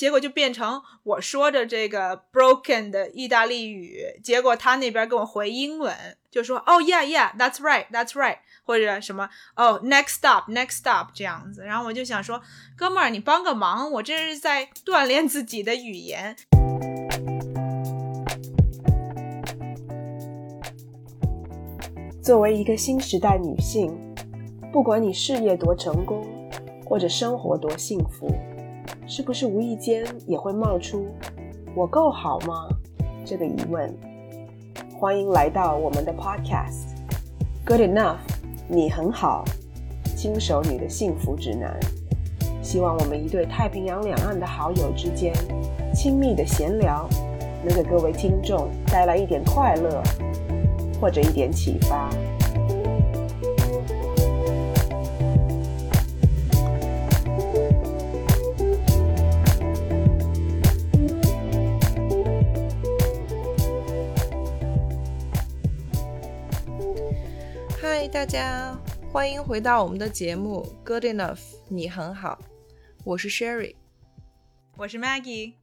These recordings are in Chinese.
结果就变成我说着这个 broken 的意大利语，结果他那边跟我回英文，就说Oh yeah yeah that's right that's right， 或者什么next stop 这样子。然后我就想说，哥们儿你帮个忙，我这是在锻炼自己的语言。 作为一个新时代女性，不管你事业多成功，或者生活多幸福，是不是无意间也会冒出我够好吗这个疑问？欢迎来到我们的 podcast Good Enough 你很好，轻熟女的幸福指南。希望我们一对太平洋两岸的好友之间亲密的闲聊，能给各位听众带来一点快乐，或者一点启发。 嗨，大家欢迎回到我们的节目 Good Enough 你很好，我是 Sherry， 我是 Maggie。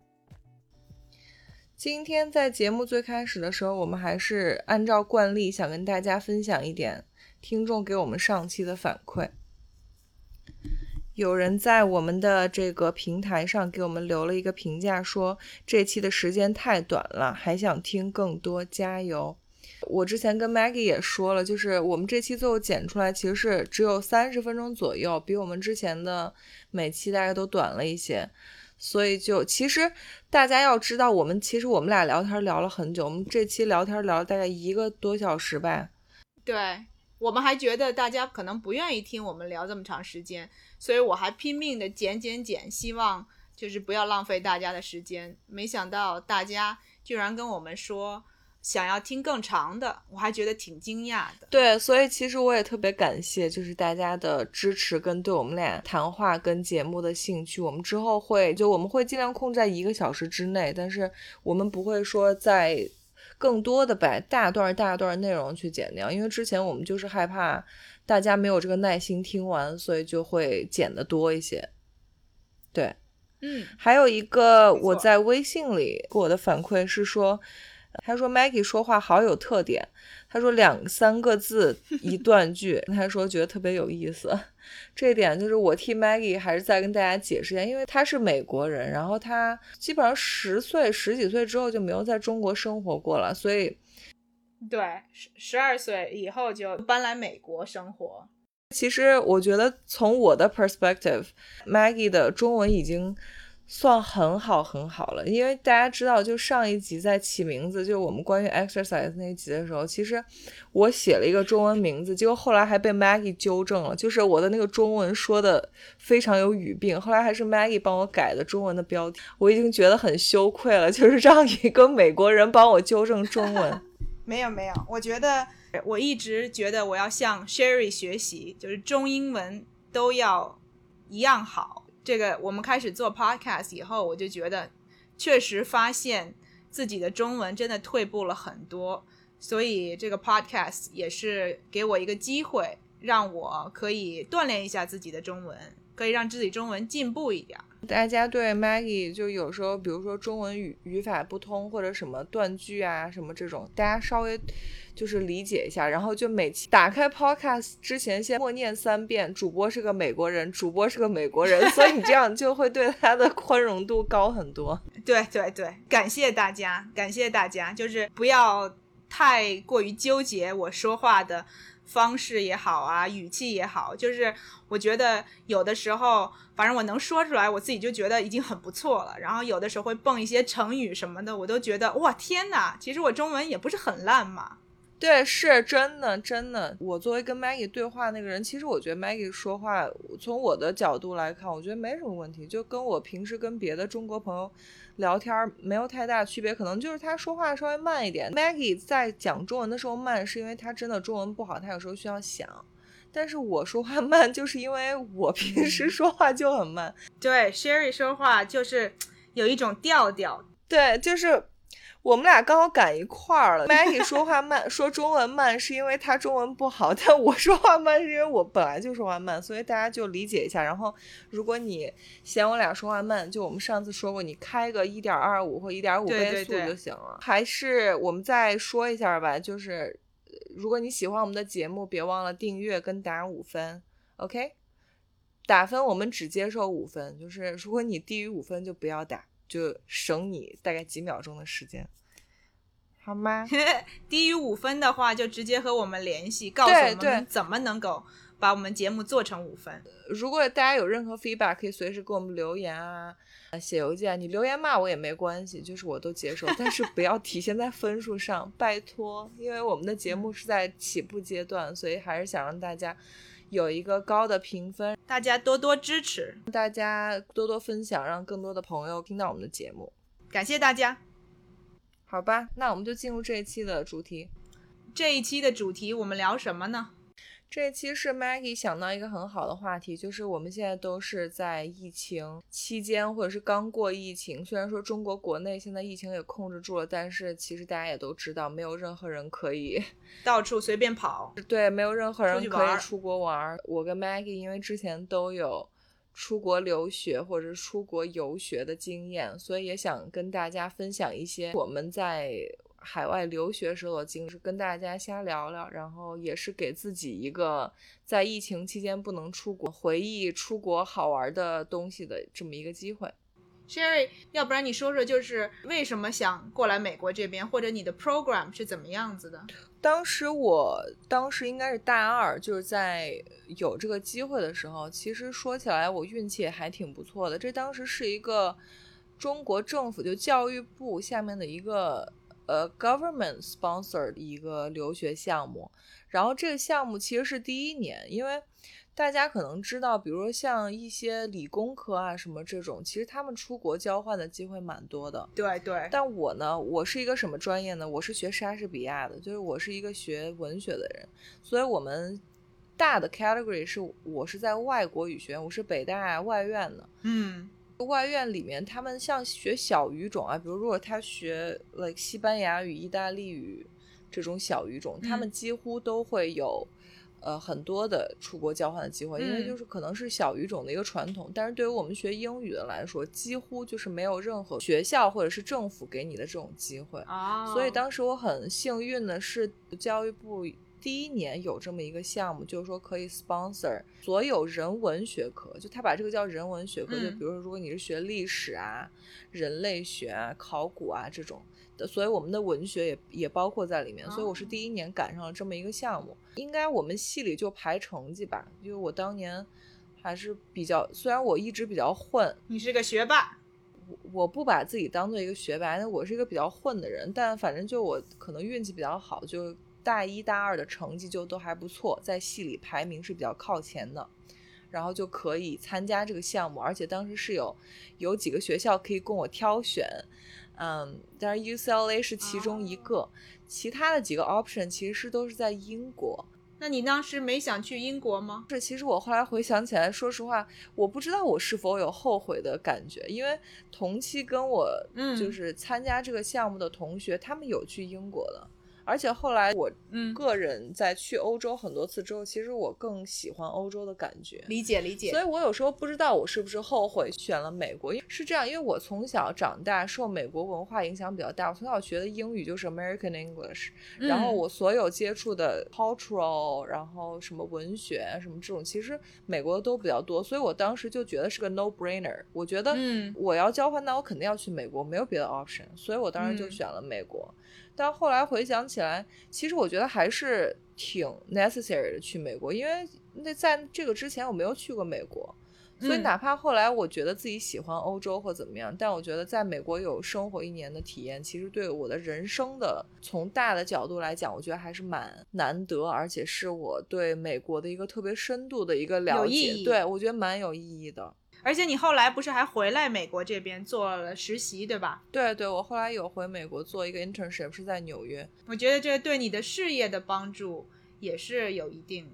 今天在节目最开始的时候，我们还是按照惯例想跟大家分享一点听众给我们上期的反馈。有人在我们的这个平台上给我们留了一个评价，说这期的时间太短了，还想听更多，加油。我之前跟 Maggie 也说了，就是我们这期最后剪出来其实是只有30分钟左右，比我们之前的每期大概都短了一些。所以就其实大家要知道，我们俩聊天聊了很久，我们这期聊天聊了大概1个多小时吧。 对，我们还觉得大家可能不愿意听我们聊这么长时间，所以我还拼命的剪，希望就是不要浪费大家的时间。没想到大家居然跟我们说想要听更长的，我还觉得挺惊讶的。 对，所以其实我也特别感谢就是大家的支持跟对我们俩谈话跟节目的兴趣。我们之后会尽量控制在1个小时之内，但是我们不会说在更多的把大段内容去剪掉，因为之前我们就是害怕大家没有这个耐心听完，所以就会剪得多一些。对，还有一个我在微信里给我的反馈是说，他说 Maggie 说话好有特点，他说2-3个字一段句，他说觉得特别有意思。这一点就是我替 Maggie 还是再跟大家解释一下，因为他是美国人，然后他基本上十几岁之后就没有在中国生活过了，所以对，12岁以后就搬来美国生活。 其实我觉得从我的 perspective Maggie 的中文已经算很好了，因为大家知道就上一集在起名字，就我们关于 exercise 那一集的时候，其实我写了一个中文名字，结果后来还被 Maggie 纠正了，就是我的那个中文说的非常有语病，后来还是 Maggie 帮我改的中文的标题，我已经觉得很羞愧了，就是让一个美国人帮我纠正中文。 没有，我一直觉得我要向 Sherry 学习，就是中英文都要一样好。这个我们开始做 podcast 以后，我就觉得确实发现自己的中文真的退步了很多，所以这个 podcast 也是给我一个机会，让我可以锻炼一下自己的中文，可以让自己中文进步一点。 大家对 Maggie 就有时候比如说中文语法不通或者什么断句啊什么这种，大家稍微就是理解一下，然后就每期打开 podcast 之前先默念3遍主播是个美国人，主播是个美国人，所以你这样就会对他的宽容度高很多。 对，感谢大家，就是不要太过于纠结我说话的方式也好啊，语气也好，就是我觉得有的时候反正我能说出来，我自己就觉得已经很不错了，然后有的时候会蹦一些成语什么的，我都觉得哇天哪，其实我中文也不是很烂嘛。 对，是真的。我作为跟 Maggie 对话那个人，其实我觉得 Maggie 说话从我的角度来看，我觉得没什么问题，就跟我平时跟别的中国朋友聊天没有太大区别，可能就是他说话稍微慢一点。Maggie 在讲中文的时候慢，是因为他真的中文不好，他有时候需要想。但是我说话慢，就是因为我平时说话就很慢。 对， Sherry 说话就是有一种调调。 对，就是我们俩刚好赶一块儿了。Maggie 说话慢，说中文慢是因为她中文不好，但我说话慢是因为我本来就说话慢，所以大家就理解一下。然后如果你嫌我俩说话慢，就我们上次说过，你开个 1.25 或 1.5 倍速就行了。还是我们再说一下吧，就是如果你喜欢我们的节目，别忘了订阅跟打5分 OK。 打分我们只接受5分，就是如果你低于5分就不要打，就省你大概几秒钟的时间，好吗？ 低于5分的话就直接和我们联系，告诉我们怎么能够把我们节目做成5分。 如果大家有任何 feedback 可以随时给我们留言啊，写邮件，你留言骂我也没关系，就是我都接受，但是不要体现在分数上，拜托，因为我们的节目是在起步阶段，所以还是想让大家有一个高的评分， 大家多多支持， 大家多多分享，让更多的朋友听到我们的节目， 感谢大家。 好吧，那我们就进入这一期的主题。 这一期的主题我们聊什么呢？ 这一期是 Maggie 想到一个很好的话题，就是我们现在都是在疫情期间，或者是刚过疫情，虽然说中国国内现在疫情也控制住了，但是其实大家也都知道，没有任何人可以到处随便跑， 对，没有任何人可以出国玩。我跟 Maggie 因为之前都有出国留学或者出国游学的经验，所以也想跟大家分享一些我们在海外留学时候的经历，跟大家瞎聊聊，然后也是给自己一个在疫情期间不能出国回忆出国好玩的东西的这么一个机会。 Sherry， 要不然你说说就是为什么想过来美国这边，或者你的 program 是怎么样子的？ 当时应该是大2，就是在有这个机会的时候，其实说起来我运气也还挺不错的。这当时是一个中国政府就教育部下面的一个government sponsor 的一个留学项目，然后这个项目其实是第1年，因为大家可能知道，比如说像一些理工科啊什么这种，其实他们出国交换的机会蛮多的。 对对。 但我呢，我是一个什么专业呢？我是学莎士比亚的，就是我是一个学文学的人，所以我们大的 category 是我是在外国语学院，我是北大外院的。外院里面他们像学小语种啊，比如如果他学 like 西班牙语、意大利语这种小语种，他们几乎都会有很多的出国交换的机会，因为就是可能是小语种的一个传统，但是对于我们学英语的来说，几乎就是没有任何学校或者是政府给你的这种机会。所以当时我很幸运的是教育部第1年有这么一个项目，就是说可以 sponsor 所有人文学科，就他把这个叫人文学科，就比如说如果你是学历史啊、人类学啊、考古啊这种的，所以我们的文学也包括在里面，所以我是第1年赶上了这么一个项目。应该我们系里就排成绩吧，因为我当年还是比较，虽然我一直比较混， 你是个学霸， 我不把自己当做一个学霸，我是一个比较混的人，但反正就我可能运气比较好，就大1大2的成绩就都还不错，在系里排名是比较靠前的，然后就可以参加这个项目，而且当时是有几个学校可以供我挑选，但是 UCLA 是其中一个，其他的几个 option 其实都是在英国。 那你当时没想去英国吗？ 是，其实我后来回想起来，说实话，我不知道我是否有后悔的感觉，因为同期跟我就是参加这个项目的同学，他们有去英国的。而且后来我个人在去欧洲很多次之后，其实我更喜欢欧洲的感觉。 理解理解。 所以我有时候不知道我是不是后悔选了美国，因为是这样，因为我从小长大受美国文化影响比较大，我从小学的英语就是 American English，然后我所有接触的 cultural， 然后什么文学什么这种，其实美国的都比较多，所以我当时就觉得是个 no brainer， 我觉得我要交换，那我肯定要去美国，没有别的 option， 所以我当时就选了美国。但后来回想起来，其实我觉得还是挺 necessary 的去美国，因为在这个之前我没有去过美国，所以哪怕后来我觉得自己喜欢欧洲或怎么样，但我觉得在美国有生活1年的体验，其实对我的人生的从大的角度来讲，我觉得还是蛮难得，而且是我对美国的一个特别深度的一个了解，对，我觉得蛮有意义的。 而且你后来不是还回来美国这边做了实习，对吧？ 对对，我后来有回美国做一个 internship， 是在纽约。 我觉得这对你的事业的帮助也是有一定。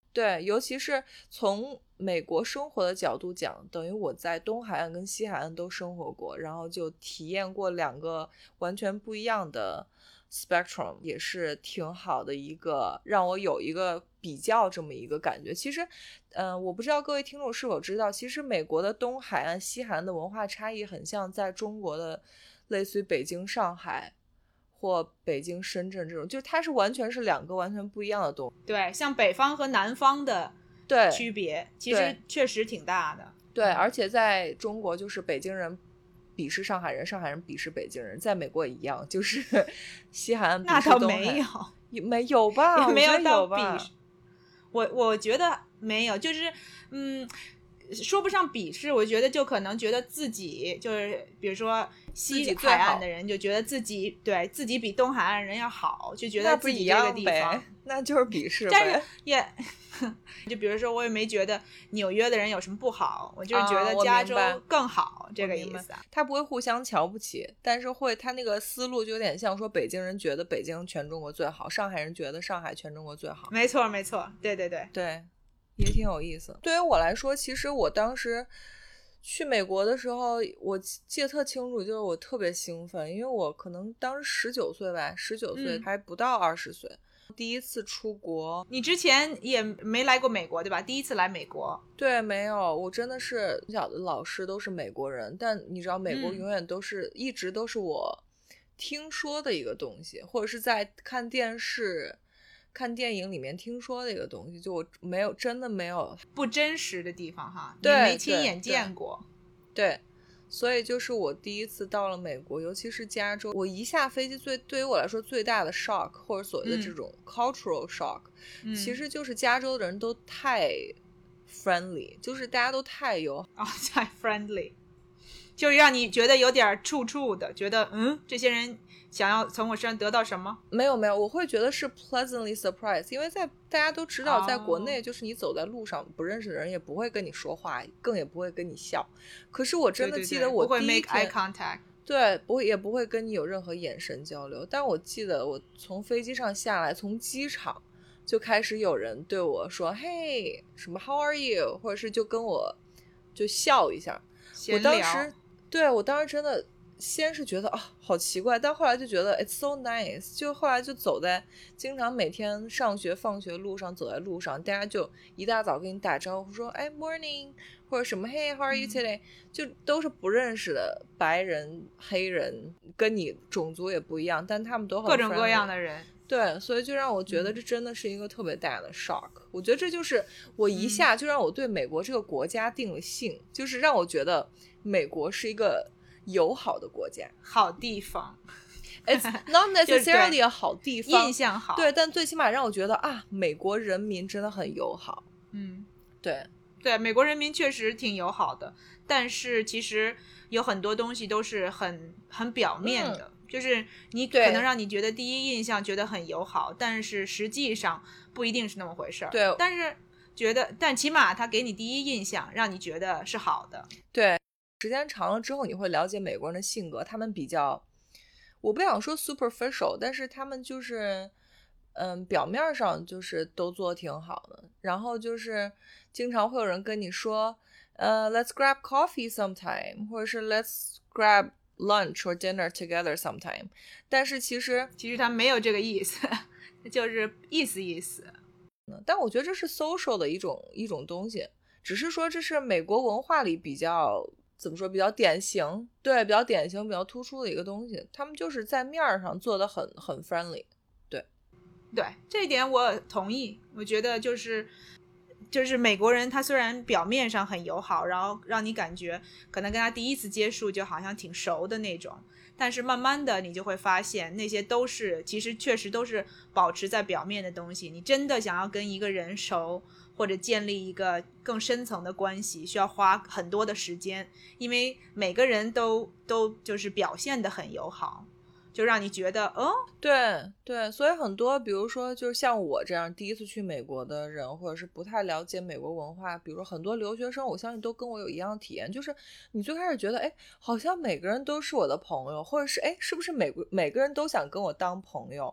对，尤其是从美国生活的角度讲，等于我在东海岸跟西海岸都生活过，然后就体验过两个完全不一样的 spectrum， 也是挺好的一个，让我有一个比较这么一个感觉。其实我不知道各位听众是否知道，其实美国的东海岸西海岸的文化差异很像在中国的类似于北京上海或北京深圳这种，就是它是完全是两个完全不一样的东西。 对，像北方和南方的对区别其实确实挺大的。 对，而且在中国就是北京人鄙视上海人，上海人鄙视北京人，在美国也一样，就是西海岸鄙视东海。 那倒没有吧？ 也没有到鄙视。我觉得没有，就是说不上鄙视，我觉得就可能觉得自己就是比如说西海岸的人就觉得自己对自己比东海岸人要好，就觉得自己这个地方那就是鄙视呗。 但是也就比如说我也没觉得纽约的人有什么不好，我就是觉得加州更好，这个意思。 他不会互相瞧不起，但是他那个思路就有点像说北京人觉得北京全中国最好，上海人觉得上海全中国最好。 没错没错，对对对对，也挺有意思。对于我来说，其实我当时去美国的时候，我记得特清楚，就是我特别兴奋，因为我可能当时19岁吧，19岁还不到20岁。第一次出国。 你之前也没来过美国对吧？第一次来美国。 对，没有，我真的是从小的老师都是美国人，但你知道美国永远都是、一直都是我听说的一个东西，或者是在看电视看电影里面听说的一个东西，就我没有真的没有不真实的地方哈， 对， 你没亲眼见过。 对，所以就是我第一次到了美国，尤其是加州，我一下飞机对于我来说最大的 shock 或者所谓的这种 cultural shock、其实就是加州的人都太 friendly， 就是大家都太友好太 friendly， 就是让你觉得有点怵怵的，觉得这些人想要从我身上得到什么？ 没有，我会觉得是 pleasantly surprised， 因为大家都知道，在国内就是你走在路上不认识的人也不会跟你说话，更也不会跟你笑。可是我真的记得我第一天， 不会 make eye contact， 对，也不会跟你有任何眼神交流。但我记得我从飞机上下来，从机场就开始有人对我说 Hey 什么 How are you， 或者是就跟我就笑一下。我当时真的先是觉得好奇怪，但后来就觉得 it's so nice， 就后来就经常每天上学放学路上走在路上，大家就一大早跟你打招呼说morning， 或者什么 Hey how are you today， 就都是不认识的白人黑人，跟你种族也不一样，但他们都很 friendly， 各种各样的人。 对，所以就让我觉得这真的是一个特别大的 shock。我觉得这就是我一下就让我对美国这个国家定了性，就是让我觉得美国是一个友好的国家， 好地方。 It's not necessarily a 好地方， 印象好。 对，但最起码让我觉得美国人民真的很友好。对， 美国人民确实挺友好的，但是其实有很多东西都是很表面的。就是你可能让你觉得第一印象觉得很友好，但是实际上不一定是那么回事儿。 对， 但起码他给你第一印象让你觉得是好的。 对，时间长了之后你会了解美国人的性格，他们比较，我不想说 superficial， 但是他们就是表面上就是都做得挺好的，然后就是经常会有人跟你说let's grab coffee sometime， 或者是 let's grab lunch or dinner together sometime， 但是其实他没有这个意思，就是意思。 但我觉得这是 social 的一种东西，只是说这是美国文化里比较怎么说比较典型，对，比较典型比较突出的一个东西，他们就是在面上做的很 friendly。 对，这一点我同意。我觉得就是美国人他虽然表面上很友好，然后让你感觉可能跟他第一次接触就好像挺熟的那种，但是慢慢的你就会发现那些其实确实都是保持在表面的东西。你真的想要跟一个人熟或者建立一个更深层的关系，需要花很多的时间，因为每个人都就是表现得很友好，就让你觉得对，所以很多比如说就是像我这样第一次去美国的人，或者是不太了解美国文化，比如说很多留学生，我相信都跟我有一样的体验，就是你最开始觉得好像每个人都是我的朋友，或者是是不是每个人都想跟我当朋友，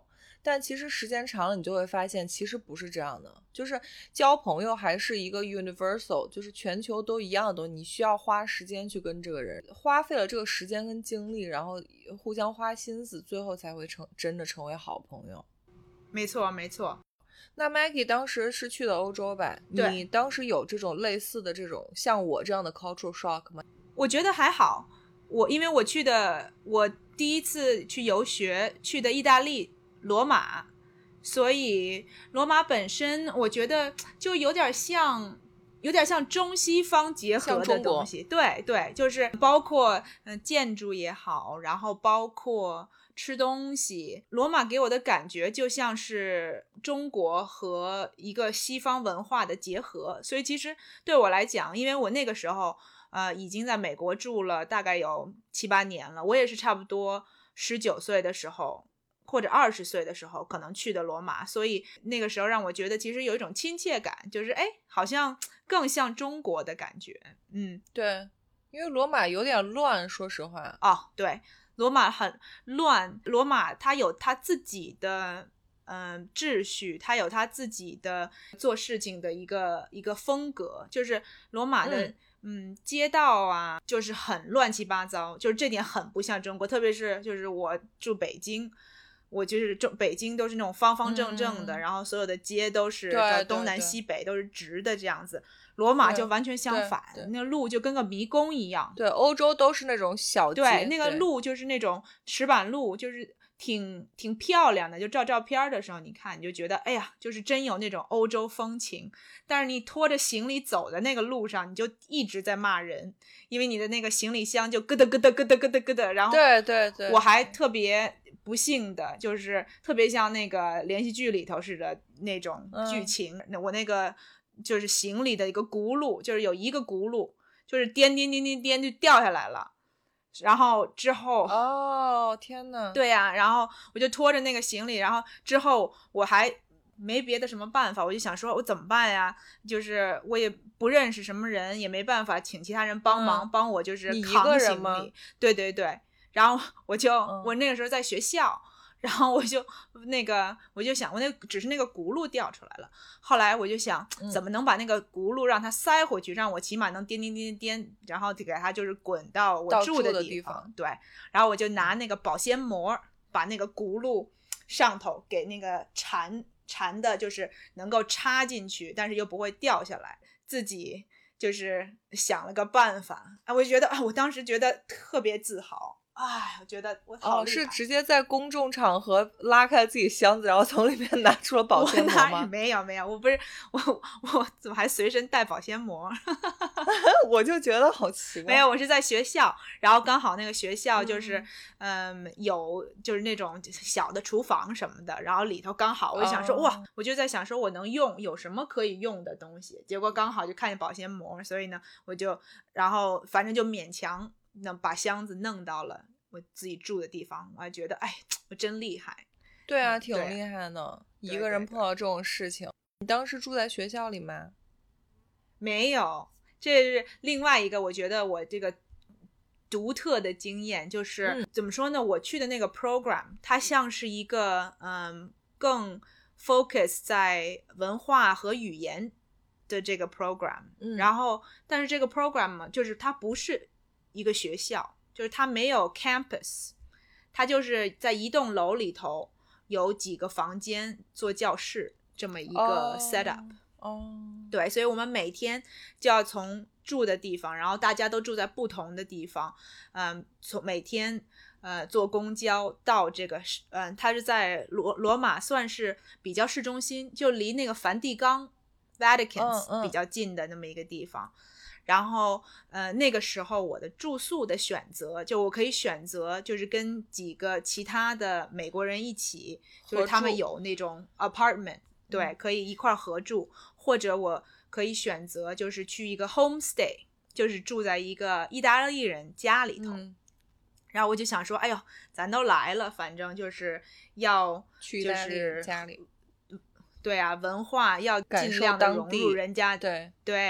但其实时间长了，你就会发现其实不是这样的，就是交朋友还是一个 universal， 就是全球都一样的东西，你需要花时间去跟这个人，花费了这个时间跟精力，然后互相花心思，最后才会真的成为好朋友。 没错没错。 那 Maggie 当时是去的欧洲吧？你当时有这种类似的这种像我这样的 cultural shock 吗？ 我觉得还好，因为我第一次去游学去的意大利罗马，所以罗马本身我觉得就有点像中西方结合的东西。对对，就是包括建筑也好，然后包括吃东西，罗马给我的感觉就像是中国和一个西方文化的结合。所以其实对我来讲，因为我那个时候已经在美国住了大概有7、8年了，我也是差不多19岁的时候或者20岁的时候可能去的罗马，所以那个时候让我觉得其实有一种亲切感，就是好像更像中国的感觉。 对，因为罗马有点乱，说实话。 对，罗马很乱，罗马它有它自己的秩序，它有它自己的做事情的一个风格，就是罗马的街道啊，就是很乱七八糟，就是这点很不像中国，特别是就是我住北京，我就是北京都是那种方方正正的，然后所有的街都是东南西北都是直的这样子。罗马就完全相反，那个路就跟个迷宫一样。 对，欧洲都是那种小街。 对，那个路就是那种石板路，就是挺漂亮的，就照片的时候你看你就觉得哎呀，就是真有那种欧洲风情。但是你拖着行李走的那个路上，你就一直在骂人，因为你的那个行李箱就咯噔咯噔咯噔咯噔咯噔。然后对， 我还特别不幸的就是特别像那个连续剧里头似的那种剧情，我那个就是行李的一个轱辘，就是有一个轱辘就是颠就掉下来了。然后之后天哪， 对呀，然后我就拖着那个行李，然后之后我还没别的什么办法，我就想说我怎么办呀，就是我也不认识什么人，也没办法请其他人帮忙帮我就是扛行李。对，然后我那个时候在学校，然后我就想我那只是那个轱辘掉出来了，后来我就想怎么能把那个轱辘让它塞回去，让我起码能颠，然后给它就是滚到我住的地方。对，然后我就拿那个保鲜膜把那个轱辘上头给那个缠的就是能够插进去，但是又不会掉下来，自己就是想了个办法。我就觉得我当时觉得特别自豪。我觉得我好厉害。 是直接在公众场合拉开自己箱子，然后从里面拿出了保鲜膜吗？ 没有，我不是我怎么还随身带保鲜膜？ 我就觉得好奇怪。 没有，我是在学校，然后刚好那个学校就是有就是那种小的厨房什么的，然后里头刚好我就想说哇，我就在想说我能有什么可以用的东西，结果刚好就看见保鲜膜，所以呢我就然后反正就勉强能把箱子弄到了我自己住的地方。我还觉得我真厉害。 对啊，挺厉害的，一个人碰到这种事情。你当时住在学校里吗？ 没有，这是另外一个我觉得我这个独特的经验，就是怎么说呢，我去的那个 program 它像是一个更 focus 在文化和语言的这个 program，然后但是这个 program 就是它不是一个学校，就是它没有 campus， 它就是在一栋楼里头有几个房间做教室这么一个 setup。对，所以我们每天就要从住的地方，然后大家都住在不同的地方，从每天坐公交到这个它是在罗马算是比较市中心，就离那个梵蒂冈 Vatican 比较近的那么一个地方。然后那个时候我的住宿的选择，就我可以选择就是跟几个其他的美国人一起，就是他们有那种 apartment， 对，可以一块合住，或者我可以选择就是去一个 homestay， 就是住在一个意大利人家里头。然后我就想说，哎呦，咱都来了，反正就是要去意大利人家里， 对啊，文化要尽量的融入人家， 对，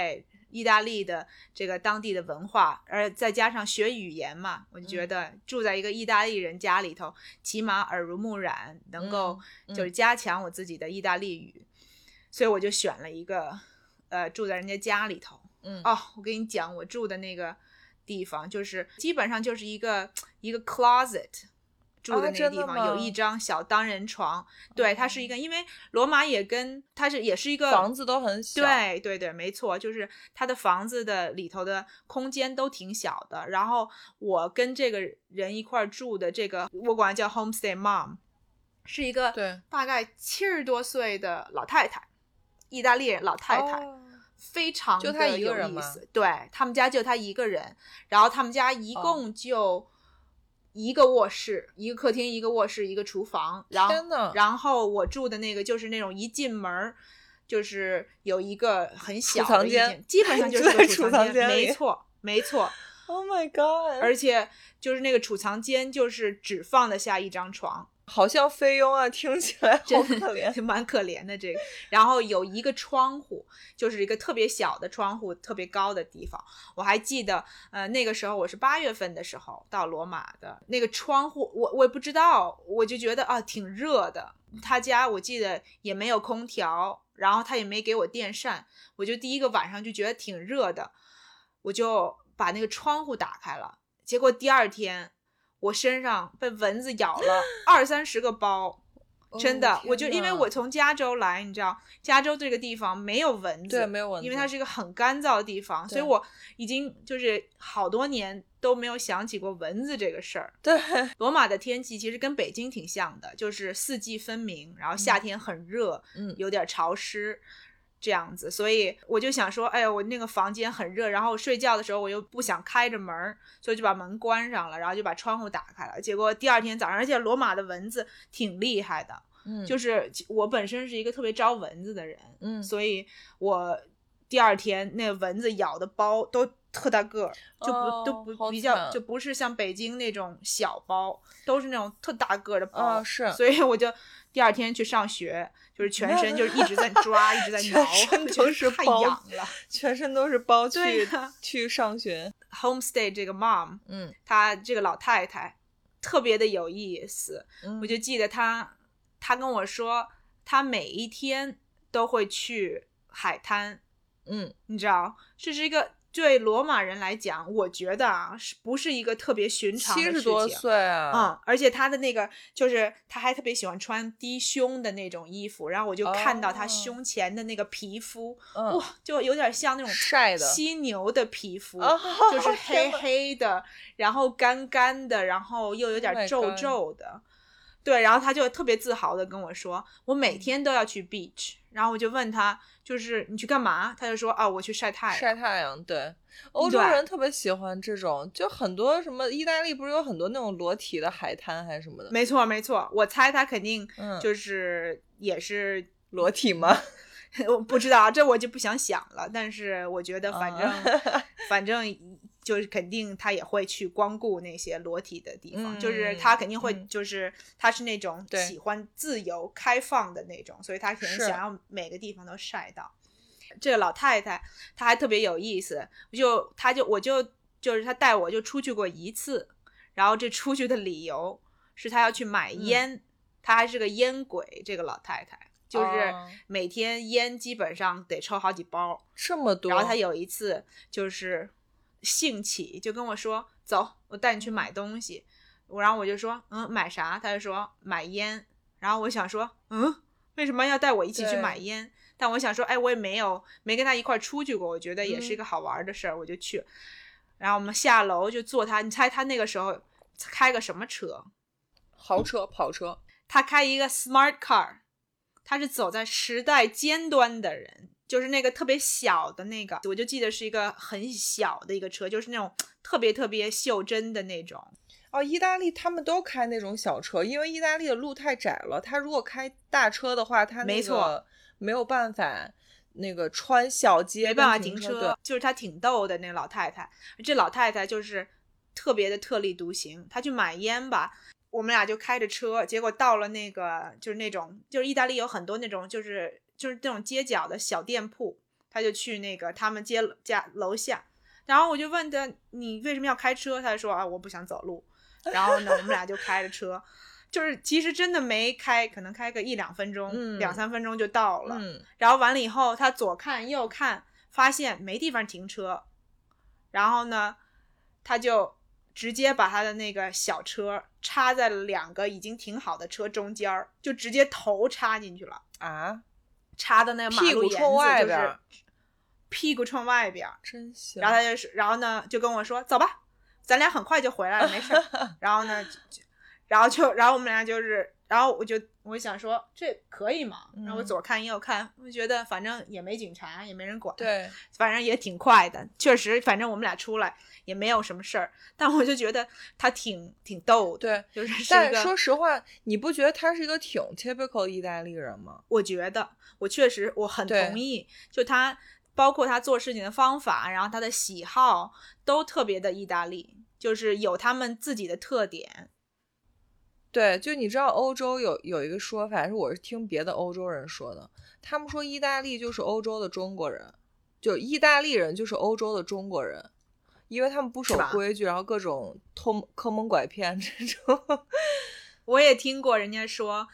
意大利的这个当地的文化，而再加上学语言嘛，我就觉得住在一个意大利人家里头，起码耳濡目染，能够就是加强我自己的意大利语，所以我就选了一个住在人家家里头。我跟你讲，我住的那个地方就是基本上就是一个 closet。住的那个地方有一张小单人床，对，它是一个，因为罗马也跟它也是一个房子都很小， 对对对，没错，就是它的房子的里头的空间都挺小的。然后我跟这个人一块住的这个，我管它叫 homestay mom， 是一个大概70多岁的老太太，意大利人老太太。非常的有意思，就他一个人吗？对，他们家就他一个人，然后他们家一共就一个卧室，一个客厅，一个卧室，一个厨房，然后我住的那个就是那种一进门就是有一个很小的储藏间，基本上就是个储藏间，没错没错。 Oh my god！ 而且就是那个储藏间就是只放得下一张床。 好像菲佣啊，听起来好可怜， 蛮可怜的这个。然后有一个窗户，就是一个特别小的窗户，特别高的地方。我还记得，那个时候我是8月份的时候到罗马的，那个窗户我也不知道，我就觉得挺热的。他家我记得也没有空调，然后他也没给我电扇，我就第一个晚上就觉得挺热的，我就把那个窗户打开了。结果第二天我身上被蚊子咬了20-30个包，真的，我就因为我从加州来，你知道，加州这个地方没有蚊子， 对，没有蚊子， 因为它是一个很干燥的地方，所以我已经就是好多年都没有想起过蚊子这个事儿。 对， 罗马的天气其实跟北京挺像的，就是四季分明，然后夏天很热，有点潮湿。这样子，所以我就想说，哎呀，我那个房间很热，然后睡觉的时候我又不想开着门，所以就把门关上了，然后就把窗户打开了。结果第二天早上，而且罗马的蚊子挺厉害的，就是我本身是一个特别招蚊子的人，所以我第二天那个蚊子咬的包都特大个，都不比较，就不是像北京那种小包，都是那种特大个的包， 是， 所以我就第二天去上学，就是全身就是一直在抓，一直在挠， 全身都是包， 太痒了， 全身都是包去上学。 Homestay 这个 mom， 她这个老太太特别的有意思，我就记得她跟我说，她每一天都会去海滩，你知道，这是一个。对罗马人来讲，我觉得不是一个特别寻常的事情。70 多岁啊， 而且他的那个就是他还特别喜欢穿低胸的那种衣服，然后我就看到他胸前的那个皮肤，哇，就有点像那种晒的犀牛的皮肤，就是黑黑的，然后干干的，然后又有点皱皱的。对，然后他就特别自豪的跟我说，我每天都要去 beach， 然后我就问他，就是你去干嘛？他就说我去晒太阳。 晒太阳，对，欧洲人特别喜欢这种，就很多什么意大利不是有很多那种裸体的海滩还是什么的？ 没错没错，我猜他肯定就是也是裸体吗？ 我不知道，这我就不想想了。但是我觉得反正就是肯定他也会去光顾那些裸体的地方，就是他肯定会，就是他是那种喜欢自由开放的那种，所以他肯定想要每个地方都晒到。这个老太太她还特别有意思，就是她带我就出去过一次，然后这出去的理由是她要去买烟，她还是个烟鬼，这个老太太。就是每天烟基本上得抽好几包， 这么多。 然后他有一次就是兴起就跟我说，走，我带你去买东西。然后我就说买啥？他就说买烟。然后我想说为什么要带我一起去买烟？但我想说我也没跟他一块出去过，我觉得也是一个好玩的事儿，我就去。然后我们下楼就坐他，你猜他那个时候开个什么车？ 豪车、跑车。 他开一个 smart car， 他是走在时代尖端的人，就是那个特别小的那个，我就记得是一个很小的一个车，就是那种特别特别袖珍的那种。 意大利他们都开那种小车，因为意大利的路太窄了，他如果开大车的话，他那个没有办法那个穿小街， 没办法停车。就是他挺逗的那个老太太，这老太太就是特别的特立独行。她去买烟吧，我们俩就开着车，结果到了那个就是那种就是意大利有很多那种就是那种街角的小店铺， 他就去那个他们家楼下，然后我就问他你为什么要开车，他就说啊我不想走路，然后呢我们俩就开着车，就是其实真的没开，可能开个1-2分钟，2-3分钟就到了。然后完了以后，他左看右看，发现没地方停车，然后呢，他就直接把他的那个小车插在了2个已经停好的车中间，就直接头插进去了啊， 插的那个马路沿子，就是屁股冲外边， 真行。 然后呢就跟我说走吧，咱俩很快就回来了，没事。然后呢。然后我们俩就是，然后我想说这可以吗？然后我左看右看，我觉得反正也没警察，也没人管， 对， 反正也挺快的，确实，反正我们俩出来也没有什么事儿。但我就觉得他挺逗的， 对， 就是但说实话，你不觉得他是一个挺 typical 的意大利人吗？ 我觉得，我确实我很同意，就他包括他做事情的方法，然后他的喜好都特别的意大利，就是有他们自己的特点。 对，就你知道欧洲有一个说法，我是听别的欧洲人说的，他们说意大利就是欧洲的中国人，就意大利人就是欧洲的中国人，因为他们不守规矩，然后各种坑蒙拐骗这种。 我也听过人家说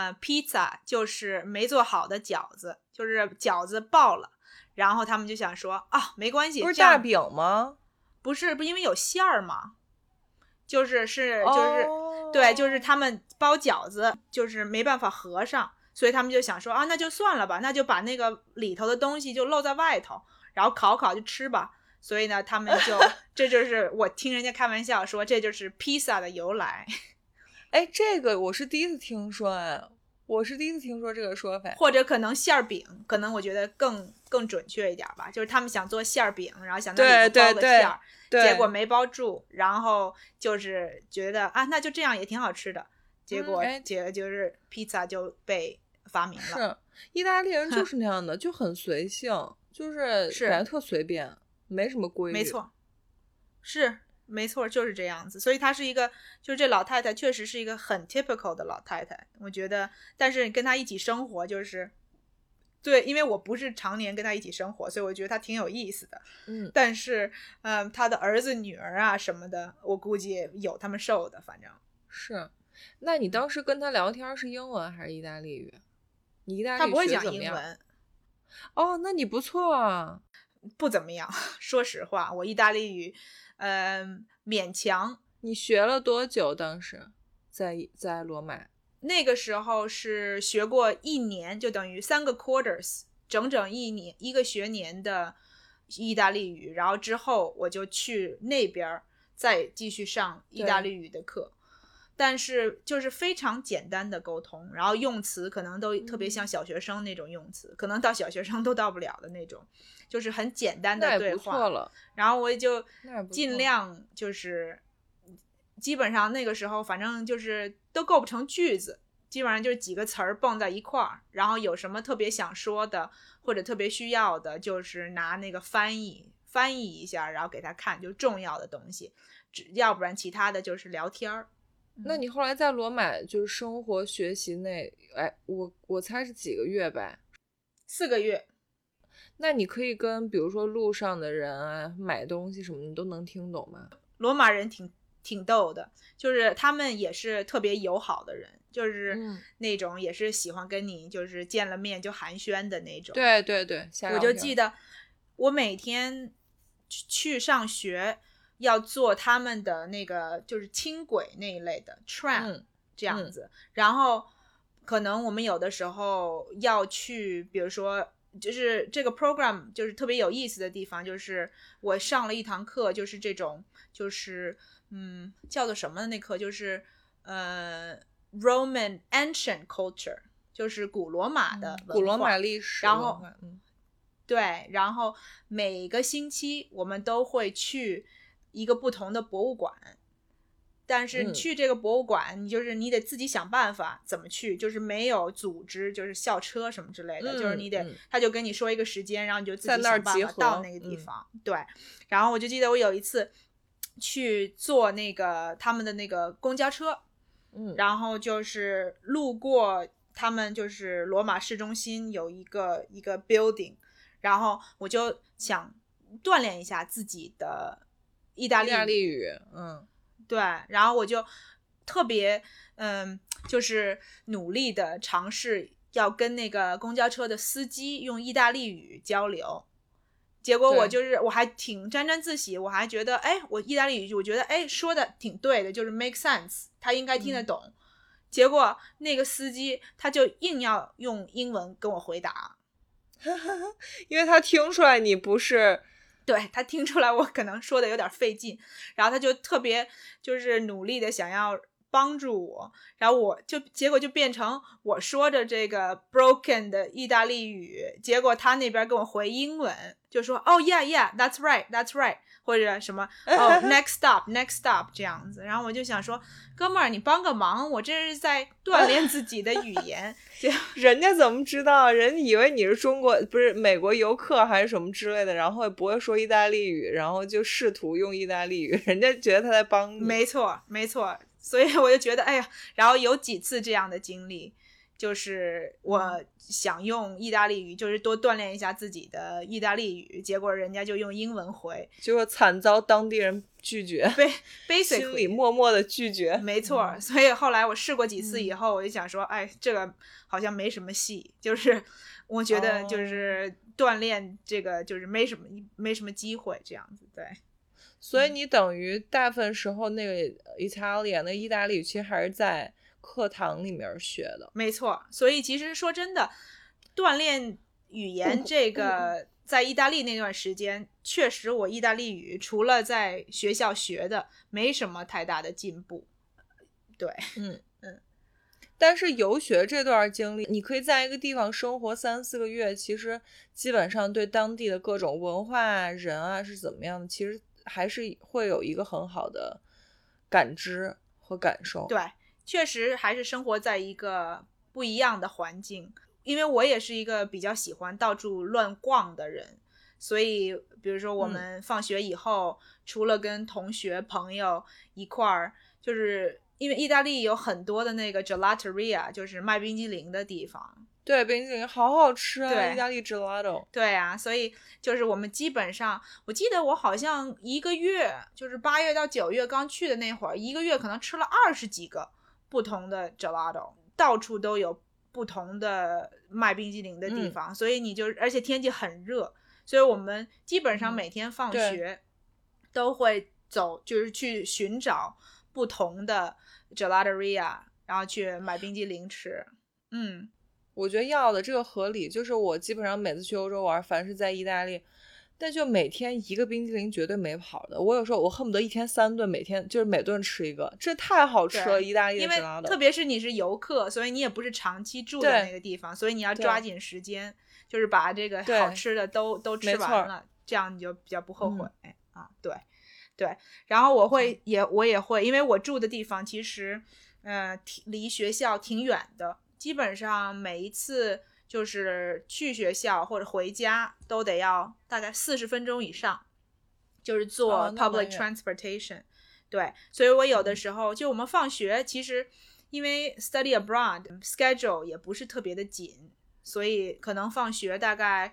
pizza 就是没做好的饺子，就是饺子爆了，然后他们就想说啊没关系， 不是大饼吗？ 不因为有馅儿嘛，就是对，就是他们包饺子就是没办法合上，所以他们就想说啊，那就算了吧，那就把那个里头的东西就露在外头，然后烤就吃吧。所以呢，他们就这就是我听人家开玩笑说，这就是披萨的由来。 哎，这个我是第一次听说，我是第一次听说这个说法。 或者可能馅儿饼，可能我觉得更准确一点吧，就是他们想做馅儿饼，然后想在里头包个馅儿。结果没包住，然后就是觉得啊，那就这样也挺好吃的。结果就是披萨就被发明了。 是，意大利人就是那样的，就很随性，就是感觉特随便，没什么规矩。 没错，是没错，就是这样子。所以她是一个，就是这老太太确实是一个很 typical 的老太太，我觉得。但是跟她一起生活就是。对，因为我不是常年跟他一起生活，所以我觉得他挺有意思的。但是，他的儿子女儿啊什么的，我估计有他们受的，反正是。那你当时跟他聊天是英文还是意大利语？你意大利语他不会讲英文。 哦，那你不错啊。 不怎么样，说实话，我意大利语，勉强。 你学了多久？当时在罗马？ 那个时候是学过1年，就等于3个 quarters， 整整一个学年的意大利语，然后之后我就去那边再继续上意大利语的课。但是就是非常简单的沟通，然后用词可能都特别像小学生那种用词，可能到小学生都到不了的那种，就是很简单的对话。 那也不错了。 然后我也就尽量就是基本上那个时候反正就是都构不成句子，基本上就是几个词儿蹦在一块儿，然后有什么特别想说的或者特别需要的，就是拿那个翻译一下，然后给他看就重要的东西，要不然其他的就是聊天儿。 那你后来在罗马就是生活学习我猜是几个月吧 ？4个月。 那你可以跟比如说路上的人啊买东西什么你都能听懂吗？ 罗马人挺逗的，就是他们也是特别友好的人，就是那种也是喜欢跟你就是见了面就寒暄的那种。 对对对， 我就记得我每天去上学要坐他们的那个就是轻轨那一类的 tram 这样子，然后可能我们有的时候要去，比如说就是这个 program 就是特别有意思的地方，就是我上了一堂课，就是这种就是叫做什么的那课，就是Roman ancient culture， 就是古罗马的文化， 古罗马历史文化。 然后对，然后每个星期我们都会去一个不同的博物馆，但是你去这个博物馆，你得自己想办法怎么去，就是没有组织，就是校车什么之类的，就是你得他就跟你说一个时间，然后你就自己想办法到那个地方。对，然后我就记得我有一次去坐那个他们的那个公交车，然后就是路过他们就是罗马市中心有一个 building， 然后我就想锻炼一下自己的意大利语， 对，然后我就特别就是努力的尝试要跟那个公交车的司机用意大利语交流，结果我还挺沾沾自喜，我还觉得我意大利语我觉得说的挺对的，就是 make sense， 他应该听得懂，结果那个司机他就硬要用英文跟我回答因为他听出来你不是， 对，他听出来我可能说的有点费劲，然后他就特别就是努力的想要帮助我，然后结果就变成我说着这个 broken 的意大利语，结果他那边跟我回英文，就说yeah that's right， 或者什么next stop 这样子，然后我就想说哥们儿你帮个忙，我这是在锻炼自己的语言人家怎么知道？人以为你是不是美国游客还是什么之类的，然后也不会说意大利语，然后就试图用意大利语，人家觉得他在帮你。 没错，所以我就觉得然后有几次这样的经历，就是我想用意大利语，就是多锻炼一下自己的意大利语，结果人家就用英文回， 结果惨遭当地人拒绝，心里默默的拒绝。 没错，所以后来我试过几次以后，我就想说这个好像没什么戏，就是我觉得就是锻炼这个就是没什么机会这样子。对， 所以你等于大部分时候那个 Italian 那意大利语其实还是在课堂里面学的。 没错，所以其实说真的，锻炼语言这个在意大利那段时间，确实我意大利语除了在学校学的没什么太大的进步。对， 但是游学这段经历，你可以在一个地方生活3-4个月，其实基本上对当地的各种文化人啊是怎么样的，其实还是会有一个很好的感知和感受。 对，确实还是生活在一个不一样的环境，因为我也是一个比较喜欢到处乱逛的人，所以比如说我们放学以后，除了跟同学朋友一块儿，就是因为意大利有很多的那个 gelateria， 就是卖冰激凌的地方。 对，冰激凌好好吃啊， 对， 意大利 gelato。 对啊，所以就是我们基本上，我记得我好像一个月，就是8月到9月刚去的那会儿，一个月可能吃了20几个不同的 gelato， 到处都有不同的卖冰激凌的地方，所以而且天气很热，所以我们基本上每天放学都会走，就是去寻找不同的 gelateria， 然后去买冰激凌吃。 我觉得要的这个合理，就是我基本上每次去欧洲玩，凡是在意大利，但就每天一个冰激凌绝对没跑的。我有时候我恨不得一天3顿，每天就是每顿吃一个，这太好吃了。意大利的 gelato， 因为特别是你是游客，所以你也不是长期住在那个地方，所以你要抓紧时间，就是把这个好吃的都吃完了，这样你就比较不后悔。对，然后我也会，因为我住的地方其实离学校挺远的，基本上每一次就是去学校或者回家都得要大概40分钟以上，就是坐 public transportation。对，所以我有的时候就我们放学，其实因为 study abroad schedule 也不是特别的紧，所以可能放学大概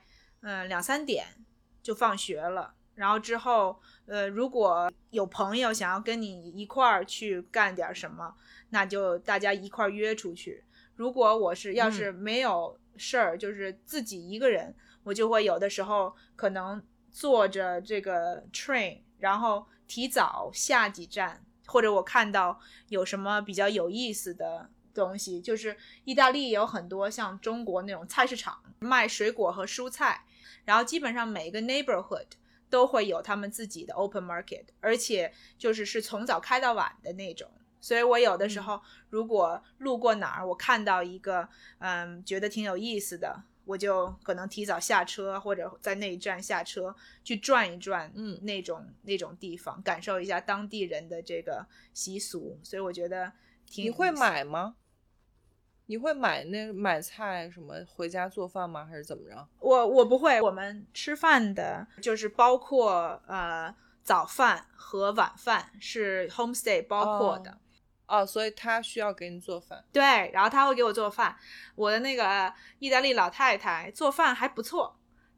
2-3点就放学了，然后之后如果有朋友想要跟你一块儿去干点什么，那就大家一块儿约出去。如果我要是没有事儿，就是自己一个人，我就会有的时候可能坐着这个 train， 然后提早下几站，或者我看到有什么比较有意思的东西，就是意大利也有很多像中国那种菜市场卖水果和蔬菜，然后基本上每个 neighborhood 都会有他们自己的 open market， 而且是从早开到晚的那种。所以我有的时候如果路过哪儿，我看到一个觉得挺有意思的，我就可能提早下车，或者在那一站下车去转一转那种地方，感受一下当地人的这个习俗。所以我觉得挺有意思。 你会买吗？你会买菜什么回家做饭吗？还是怎么着？ 我不会，我们吃饭的就是包括早饭和晚饭是 homestay 包括的。 所以他需要给你做饭。 对，然后他会给我做饭。我的那个意大利老太太做饭还不错，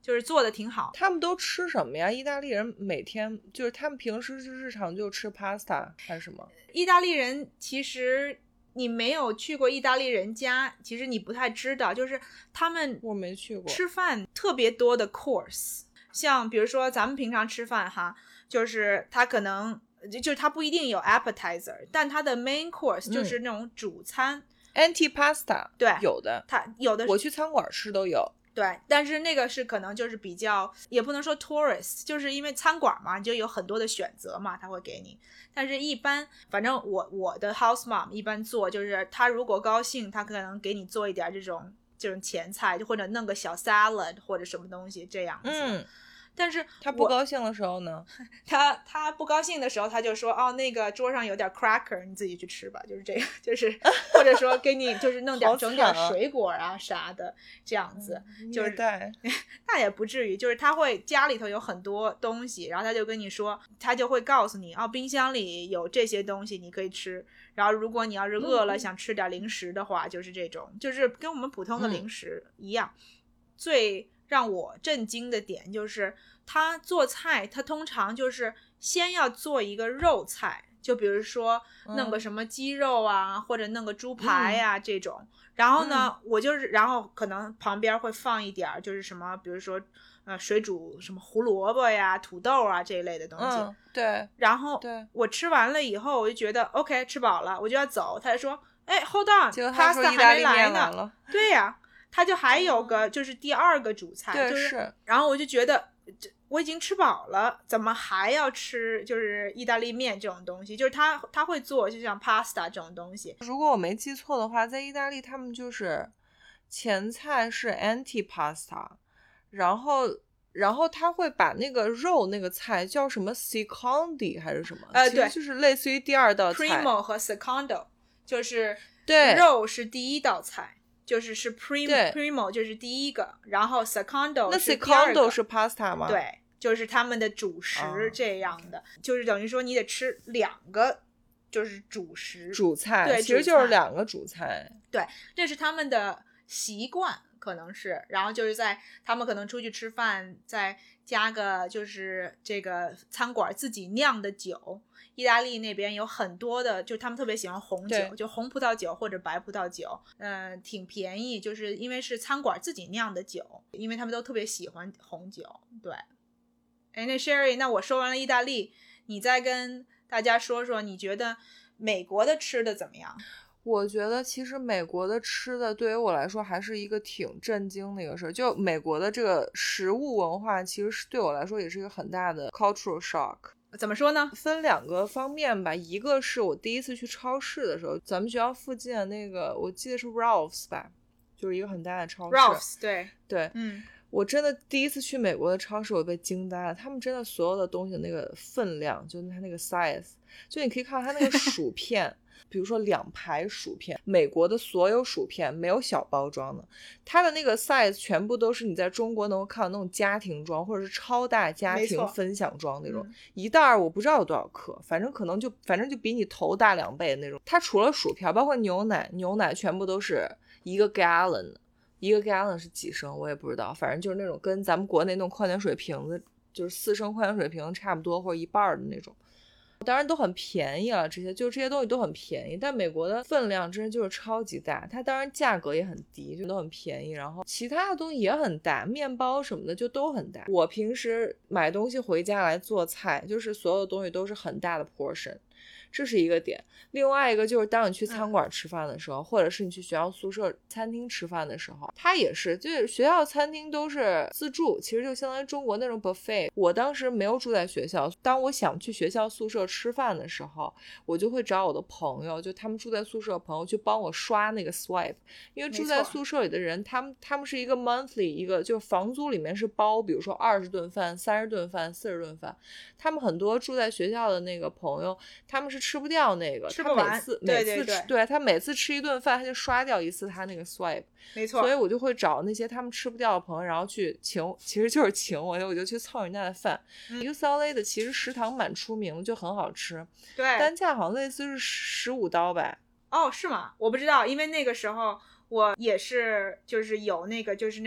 就是做的挺好。 他们都吃什么呀？意大利人每天就是他们平时日常就吃 pasta 还是什么？ 意大利人其实你没有去过意大利人家，其实你不太知道，就是他们我没去过， 吃饭特别多的 course， 像比如说咱们平常吃饭哈，就是他可能就是他不一定有 appetizer， 但他的 main course 就是那种主餐。 antipasta 对， 有的， 它有的我去餐馆吃都有。 对，但是那个是可能就是比较，也不能说 tourist， 就是因为餐馆嘛，你就有很多的选择嘛，他会给你。但是一般，反正我的 house mom 一般做，就是他如果高兴，他可能给你做一点这种前菜，或者弄个小 salad 或者什么东西这样子。但是他不高兴的时候呢？ 他不高兴的时候，他就说哦，那个桌上有点 cracker， 你自己去吃吧，就是这个，就是或者说给你就是弄点整点水果啊啥的这样子，就是那也不至于，就是他会家里头有很多东西，然后他就跟你说，他就会告诉你哦，冰箱里有这些东西你可以吃，然后如果你要是饿了想吃点零食的话，就是这种，就是跟我们普通的零食一样。最让我震惊的点就是他做菜，他通常就是先要做一个肉菜，就比如说弄个什么鸡肉啊，或者弄个猪排啊这种，然后呢我就是然后可能旁边会放一点就是什么比如说水煮什么胡萝卜呀土豆啊这一类的东西。 对， 然后我吃完了以后我就觉得 OK 吃饱了，我就要走，他就说哎 hold on pasta 还没来呢。对呀，他就还有个就是第二个主菜， 对， 就是然后我就觉得我已经吃饱了，怎么还要吃就是意大利面这种东西，就是他会做就像 pasta 这种东西。 如果我没记错的话，在意大利他们就是前菜是 antipasta， 然后他会把那个肉那个菜叫什么 secondi 还是什么，其实就是类似于第二道菜。 primo 和 secondo 就是对， 肉是第一道菜，就是 primo 就是第一个，然后 secondo 那是第二个。 secondo 是 pasta 吗？ 对，就是他们的主食这样的，就是等于说你得吃两个就是主食主菜， 对， 其实就是两个主菜。 对，这是他们的习惯可能是，然后就是在他们可能出去吃饭再加个就是这个餐馆自己酿的酒，意大利那边有很多的，就他们特别喜欢红酒，就红葡萄酒或者白葡萄酒，挺便宜，就是因为是餐馆自己酿的酒，因为他们都特别喜欢红酒。对，哎，那 Sherry， 那我说完了意大利，你再跟大家说说你觉得美国的吃的怎么样？ 我觉得其实美国的吃的对于我来说还是一个挺震惊的一个事儿，就美国的这个食物文化其实是对我来说也是一个很大的 cultural shock。 怎么说呢？ 分两个方面吧，一个是我第一次去超市的时候，咱们学校附近的那个我记得是 Ralph's 吧，就是一个很大的超市。 Ralph's 对， 我真的第一次去美国的超市我被惊呆了，他们真的所有的东西的那个分量，就它那个 size， 就你可以看到它那个薯片比如说2排薯片，美国的所有薯片没有小包装的，它的那个 size 全部都是你在中国能够看到那种家庭装或者是超大家庭分享装那种，一袋我不知道有多少克，反正就比你头大2倍的那种。它除了薯片包括牛奶全部都是1个 gallon， 1个 gallon 是几升我也不知道，反正就是那种跟咱们国内那种矿泉水瓶子就是4升矿泉水瓶差不多或者一半的那种。当然都很便宜了，这些东西都很便宜，但美国的分量真的就是超级大，它当然价格也很低，就都很便宜，然后其他的东西也很大，面包什么的就都很大。我平时买东西回家来做菜，就是所有东西都是很大的 portion， 这是一个点。另外一个就是当你去餐馆吃饭的时候，或者是你去学校宿舍餐厅吃饭的时候，它也是就是学校餐厅都是自助，其实就相当于中国那种 buffet。我当时没有住在学校，当我想去学校宿舍吃饭的时候，我就会找我的朋友，就他们住在宿舍的朋友去帮我刷那个 swipe， 因为住在宿舍里的人他们是一个 monthly 一个，就房租里面是包比如说20顿饭30顿饭40顿饭，他们很多住在学校的那个朋友他们是吃不掉那个， 吃不完， 每次吃，对，他每次吃一顿饭他就刷掉一次他那个 swipe， 没错。 所以我就会找那些他们吃不掉的朋友，然后去请，其实就是请我就去蹭人家的饭。UCLA 的其实食堂蛮出名的，就很好吃， 对， 单价好像类似是15刀吧。 哦，是吗？我不知道，因为那个时候我也是就是有那个就是那种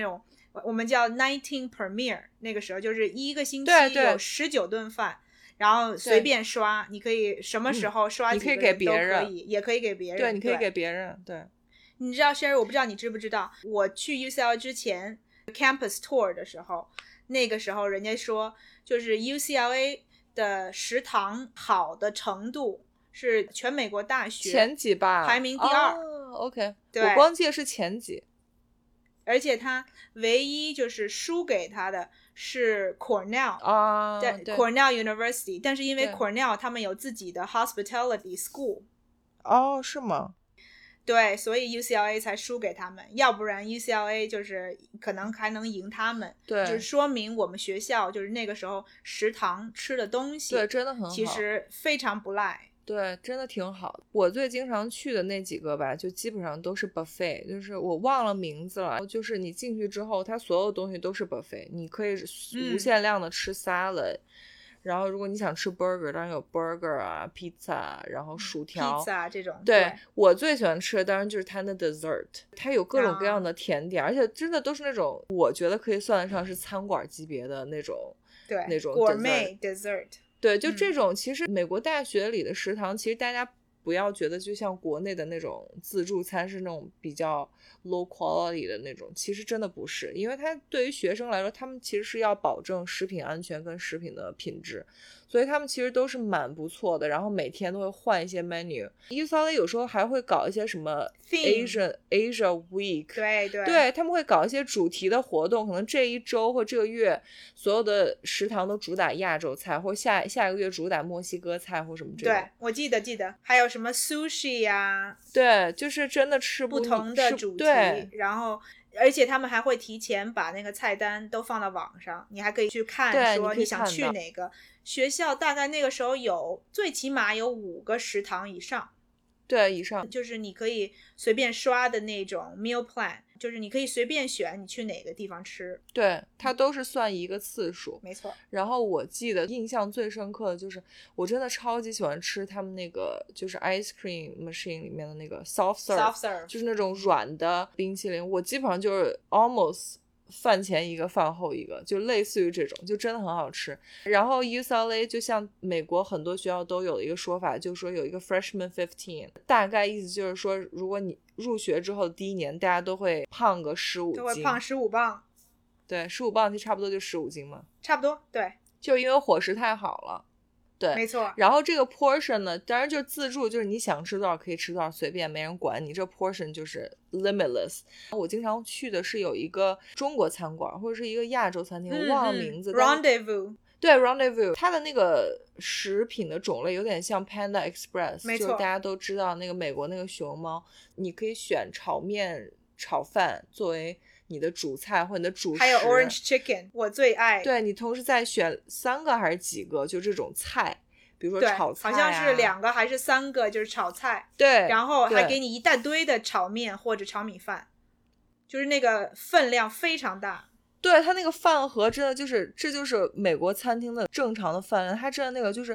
我们叫19 per meal， 那个时候就是一个星期对有19顿饭，然后随便刷，你可以什么时候刷几个人都可以，也可以给别人。 对，你可以给别人。对， 你知道 Sherry， 我不知道你知不知道，我去 UCLA 之前 campus tour 的时候，那个时候人家说就是 UCLA 的食堂好的程度是全美国大学前几吧， 排名第2。 OK， 对， 我光记得是前几。 而且他唯一就是输给他的是 Cornell 对 Cornell University， 但是因为 Cornell 他们有自己的 hospitality school。 是吗？ 对，所以 UCLA 才输给他们，要不然 UCLA 就是可能还能赢他们。 对， 就是说明我们学校就是那个时候食堂吃的东西， 对，真的很好， 其实非常不赖。 对，真的挺好。我最经常去的那几个吧，就基本上都是 buffet， 就是我忘了名字了，就是你进去之后，它所有东西都是 buffet， 你可以无限量的吃 salad，然后如果你想吃 burger， 当然有 burger 啊 pizza， 然后薯条 pizza 这种。 对，我最喜欢吃的当然就是它的 dessert， 它有各种各样的甜点，而且真的都是那种我觉得可以算得上是餐馆级别的那种， 对， 那种 gourmet dessert。 对，就这种其实美国大学里的食堂，其实大家不要觉得就像国内的那种自助餐是那种比较 low quality 的那种，其实真的不是，因为它对于学生来说，他们其实是要保证食品安全跟食品的品质，所以他们其实都是蛮不错的，然后每天都会换一些 menu。 UCLA 有时候还会搞一些什么 Asia Week， 对，他们会搞一些主题的活动，可能这一周或这个月所有的食堂都主打亚洲菜，或下一个月主打墨西哥菜或什么这种。 对，我记得还有什么 sushi 呀， 对，就是真的吃不同的主题，然后而且他们还会提前把那个菜单都放到网上，你还可以去看说你想去哪个学校。大概那个时候最起码有5个食堂以上， 对，以上就是你可以随便刷的那种 meal plan， 就是你可以随便选你去哪个地方吃。 对，它都是算一个次数， 没错。 然后我记得印象最深刻的就是我真的超级喜欢吃他们那个就是 ice cream machine 里面的那个 soft serve， 就是那种软的冰淇淋，我基本上就是 almost饭前一个饭后一个，就类似于这种，就真的很好吃。然后 UCLA 就像美国很多学校都有一个说法，就是说有一个 freshman 15， 大概意思就是说如果你入学之后的第一年，大家都会胖个15斤， 都会胖15磅。 对，15磅就差不多就15斤嘛， 差不多。对， 就因为伙食太好了。对， 没错。 然后这个 portion 呢，当然就是自助，就是你想吃多少可以吃多少，随便没人管你，这 portion 就是 limitless。我经常去的是有一个中国餐馆或者是一个亚洲餐厅，我忘了名字。 Rendezvous。 对 Rendezvous， 它的那个食品的种类有点像 Panda Express， 没错， 就是大家都知道那个美国那个熊猫，你可以选炒面、炒饭作为你的主菜或你的主食， 还有 Orange Chicken， 我最爱。 对，你同时再选3个还是几个，就这种菜，比如说炒菜， 好像是2个还是3个，就是炒菜。 对， 然后还给你一大堆的炒面或者炒米饭，就是那个分量非常大。 对，它那个饭盒真的就是这就是美国餐厅的正常的饭量，它真的那个就是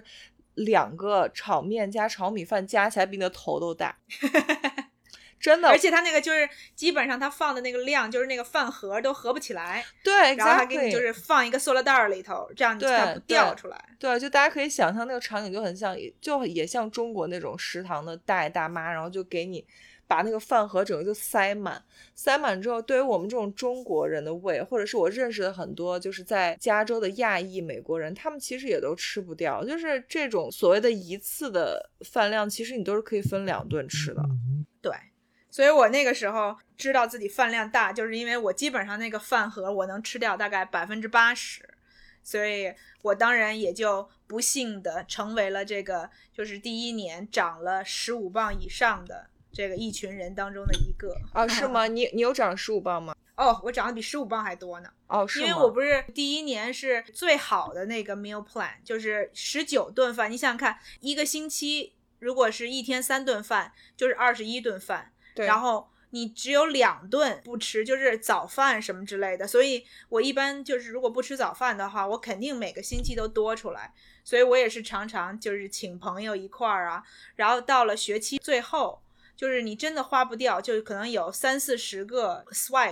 2个炒面加炒米饭加起来比你的头都大。真的， 而且它那个就是基本上它放的那个量就是那个饭盒都合不起来。 对， 然后还给你就是放一个塑料袋里头，这样它不掉出来。 对，就大家可以想象那个场景就很像，就也像中国那种食堂的大爷大妈，然后就给你把那个饭盒整个就塞满之后，对于我们这种中国人的胃，或者是我认识的很多就是在加州的亚裔美国人，他们其实也都吃不掉，就是这种所谓的一次的饭量，其实你都是可以分2顿吃的。 对，所以我那个时候知道自己饭量大，就是因为我基本上那个饭盒我能吃掉大概80%，所以我当然也就不幸的成为了这个就是第一年长了15磅以上的这个一群人当中的一个。 哦，是吗？你有长15磅吗？ 哦，我长得比15磅还多呢。 哦，是吗？ 因为我不是第一年是最好的那个 meal plan， 就是19顿饭，你想想看，一个星期如果是一天3顿饭，就是21顿饭。 对， 然后你只有2顿不吃，就是早饭什么之类的，所以我一般就是如果不吃早饭的话，我肯定每个星期都多出来，所以我也是常常就是请朋友一块儿啊，然后到了学期最后，就是你真的花不掉，就可能有30-40个 swipe，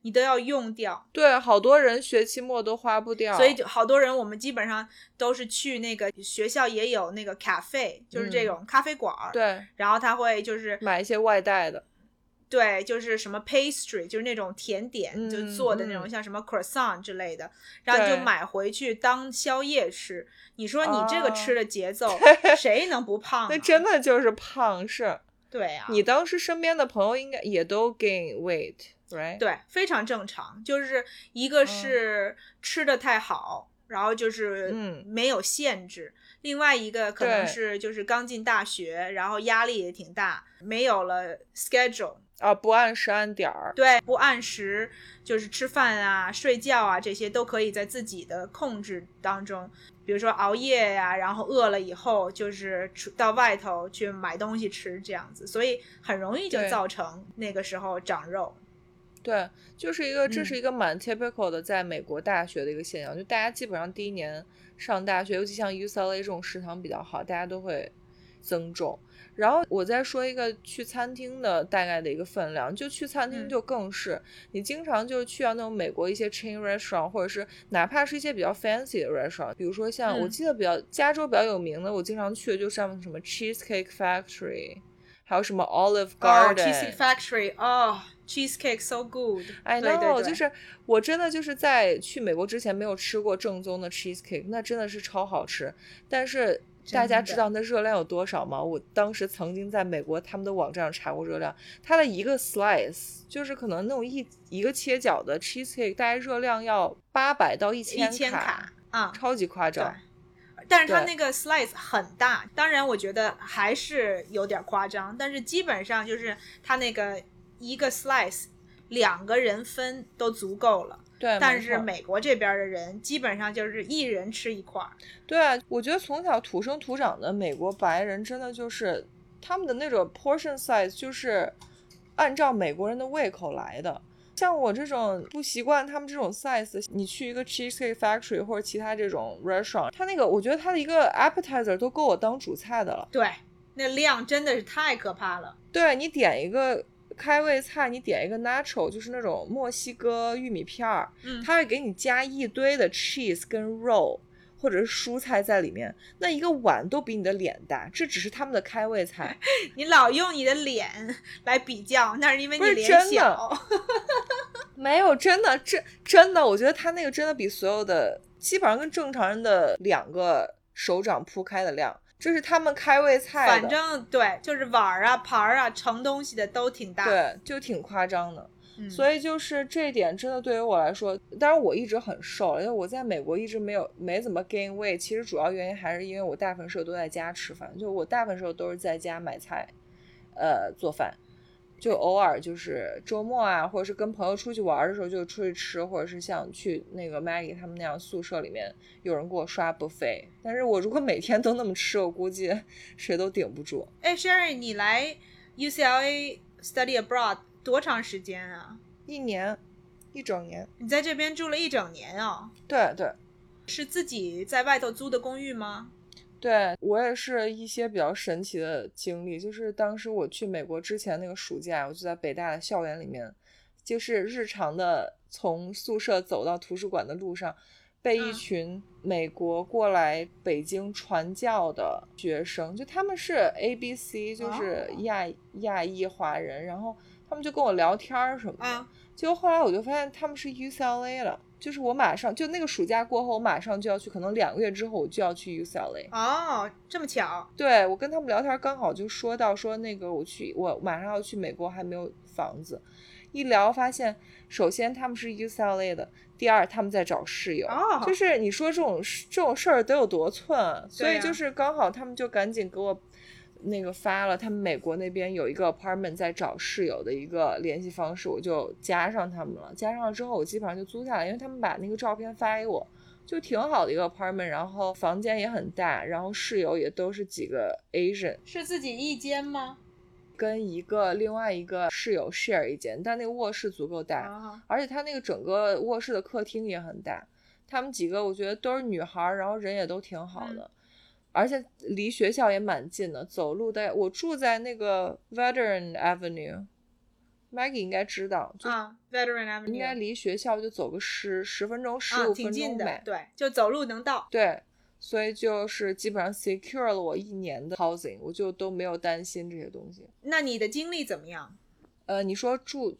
你都要用掉。 对，好多人学期末都花不掉， 所以就好多人我们基本上都是去那个学校也有那个 cafe， 就是这种咖啡馆， 对， 然后他会就是买一些外带的。 对，就是什么 pastry， 就是那种甜点，就做的那种像什么 croissant 之类的，然后就买回去当宵夜吃。你说你这个吃的节奏，谁能不胖啊？ 那真的就是胖，是。 对啊， 你当时身边的朋友应该也都 gain weight，right？ 对，非常正常。就是一个是吃的太好，然后就是没有限制。另外一个可能是就是刚进大学，然后压力也挺大，没有了 schedule。 不按时按点儿， 对，不按时就是吃饭啊、睡觉啊，这些都可以在自己的控制当中。比如说熬夜呀，然后饿了以后就是到外头去买东西吃这样子，所以很容易就造成那个时候长肉。 对，就是这是一个蛮 typical 的在美国大学的一个现象，就大家基本上第一年上大学，尤其像 UCLA 这种食堂比较好，大家都会增重。然后我再说一个去餐厅的大概的一个分量，就去餐厅就更是，你经常就去到那种美国一些 chain restaurant， 或者是哪怕是一些比较 fancy 的 restaurant， 比如说像我记得加州比较有名的，我经常去的就像什么 Cheesecake Factory， 还有什么 Olive Garden。 Cheesecake Factory， Cheesecake so good。 I know， 就是我真的就是在去美国之前没有吃过正宗的 cheesecake， 那真的是超好吃。但是大家知道那热量有多少吗？我当时曾经在美国他们的网站上查过热量，它的一个 slice 就是可能那种一个切角的 cheesecake， 大概热量要800到1000卡啊， 超级夸张。 但是它那个 slice 很大，当然我觉得还是有点夸张，但是基本上就是它那个一个 slice 2个人分都足够了。 对， 但是美国这边的人基本上就是一人吃一块。 对啊，我觉得从小土生土长的美国白人真的就是他们的那种 portion size 就是按照美国人的胃口来的。像我这种不习惯他们这种 size， 你去一个 Cheesecake Factory 或者其他这种 restaurant， 它那个我觉得它的一个 appetizer 都够我当主菜的了。 对，那量真的是太可怕了。 对，你点一个开胃菜，你点一个 nacho， 就是那种墨西哥玉米片儿，它会给你加一堆的 cheese 跟肉或者是蔬菜在里面，那一个碗都比你的脸大，这只是他们的开胃菜。 你老用你的脸来比较，那是因为你脸小。 没有，真的，真的，我觉得他那个真的比所有的基本上跟正常人的2个手掌铺开的量。这是他们开胃菜的， 反正对，就是碗啊盘啊盛东西的都挺大， 对，就挺夸张的。所以就是这一点真的对于我来说，当然我一直很瘦，因为我在美国一直没怎么 gain weight， 其实主要原因还是因为我大部分时候都在家吃饭，就我大部分时候都是在家买菜做饭，就偶尔就是周末啊，或者是跟朋友出去玩的时候就出去吃，或者是像去那个 Maggie 他们那样宿舍里面有人给我刷 buffet， 但是我如果每天都那么吃，我估计谁都顶不住。 Sherry 你来 UCLA study abroad 多长时间啊 ？1年，1整年。 你在这边住了1整年啊？ 对对。 是自己在外头租的公寓吗？ 对，我也是一些比较神奇的经历，就是当时我去美国之前那个暑假，我就在北大的校园里面，就是日常的从宿舍走到图书馆的路上，被一群美国过来北京传教的学生，就他们是 ABC， 就是亚裔华人，然后他们就跟我聊天什么的，结果后来我就发现他们是 UCLA 了。就是我马上就那个暑假过后，我马上就要去，可能2个月之后我就要去 UCLA。 哦，这么巧？ 对，我跟他们聊天刚好就说到说那个我马上要去美国，还没有房子。一聊发现，首先他们是 UCLA 的，第二他们在找室友。就是你说这种事儿得有多寸啊？所以就是刚好他们就赶紧给我那个发了他们美国那边有一个 apartment 在找室友的一个联系方式，我就加上他们了。加上了之后我基本上就租下来，因为他们把那个照片发给我，就挺好的一个 apartment， 然后房间也很大，然后室友也都是几个 Asian。 是自己一间吗？ 跟另外一个室友 share 一间，但那个卧室足够大，而且他那个整个卧室的客厅也很大。他们几个我觉得都是女孩，然后人也都挺好的，而且离学校也蛮近的，走路我住在那个 Veteran Avenue， Maggie 应该知道 Veteran Avenue 应该离学校就走个10分钟15分钟挺近的，对，就走路能到。 对，所以就是基本上 secure 了我1年的 housing， 我就都没有担心这些东西。 那你的经历怎么样？ 你说住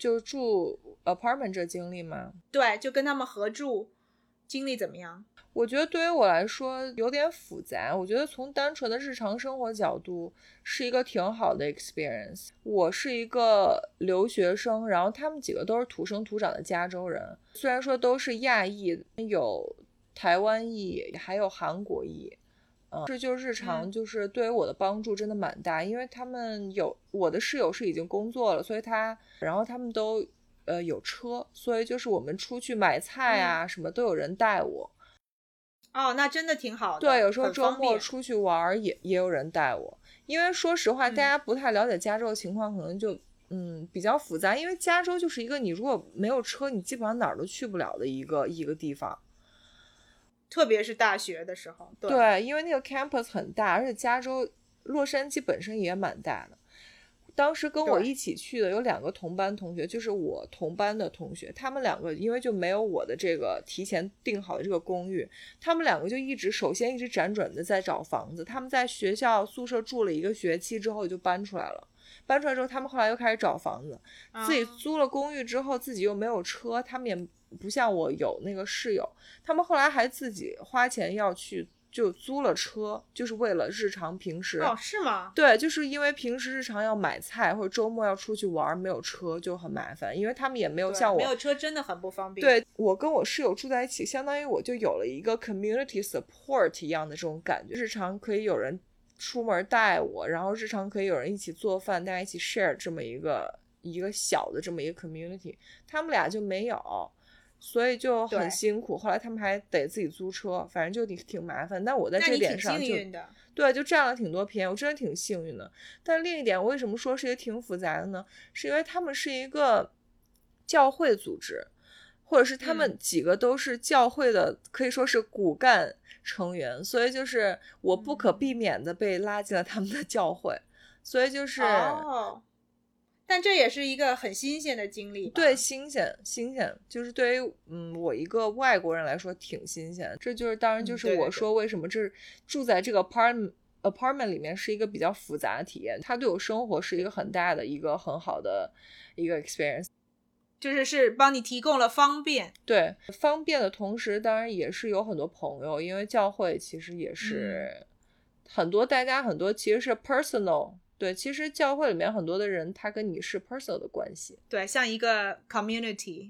apartment 这经历吗？ 对，就跟他们合住经历怎么样？ 我觉得对于我来说有点复杂，我觉得从单纯的日常生活角度是一个挺好的 experience。 我是一个留学生，然后他们几个都是土生土长的加州人，虽然说都是亚裔，有台湾裔还有韩国裔，这就日常就是对于我的帮助真的蛮大，因为他们我的室友是已经工作了，所以然后他们都有车，所以就是我们出去买菜啊什么都有人带我。 那真的挺好的。 对，有时候周末出去玩也有人带我，因为说实话大家不太了解加州的情况，可能就比较复杂，因为加州就是一个你如果没有车你基本上哪儿都去不了的一个地方， 特别是大学的时候。 对，因为那个 campus 很大，而且加州洛杉矶本身也蛮大的。当时跟我一起去的有2个同班同学，就是我同班的同学，他们2个因为就没有我的这个提前订好的这个公寓，他们2个就首先一直辗转的在找房子。他们在学校宿舍住了1个学期之后就搬出来了，搬出来之后他们后来又开始找房子，自己租了公寓之后自己又没有车，他们也不像我有那个室友，他们后来还自己花钱要去就租了车，就是为了日常平时。 是吗？ 对，就是因为平时日常要买菜或者周末要出去玩没有车就很麻烦，因为他们也没有像我没有车真的很不方便。 对，我跟我室友住在一起，相当于我就有了一个 community support 一样的这种感觉，日常可以有人出门带我，然后日常可以有人一起做饭，大家一起 share 这么一个小的这么一个 community， 他们俩就没有，所以就很辛苦。后来他们还得自己租车，反正就挺麻烦。但我在这点上就占了挺多便宜，我真的挺幸运的。但另一点，我为什么说是一个挺复杂的呢？是因为他们是一个教会组织，或者是他们几个都是教会的，可以说是骨干成员，所以就是我不可避免的被拉进了他们的教会，所以就是但这也是一个很新鲜的经历吧。 对，新鲜，就是对于我一个外国人来说挺新鲜。这就是当然就是我说为什么这住在这个 apartment 里面是一个比较复杂的体验，它对我生活是一个很大的一个很好的一个 experience， 就是帮你提供了方便。 对，方便的同时当然也是有很多朋友，因为教会其实也是很多大家很多其实是 personal，对，其实教会里面很多的人他跟你是 personal 的关系， 对，像一个 community。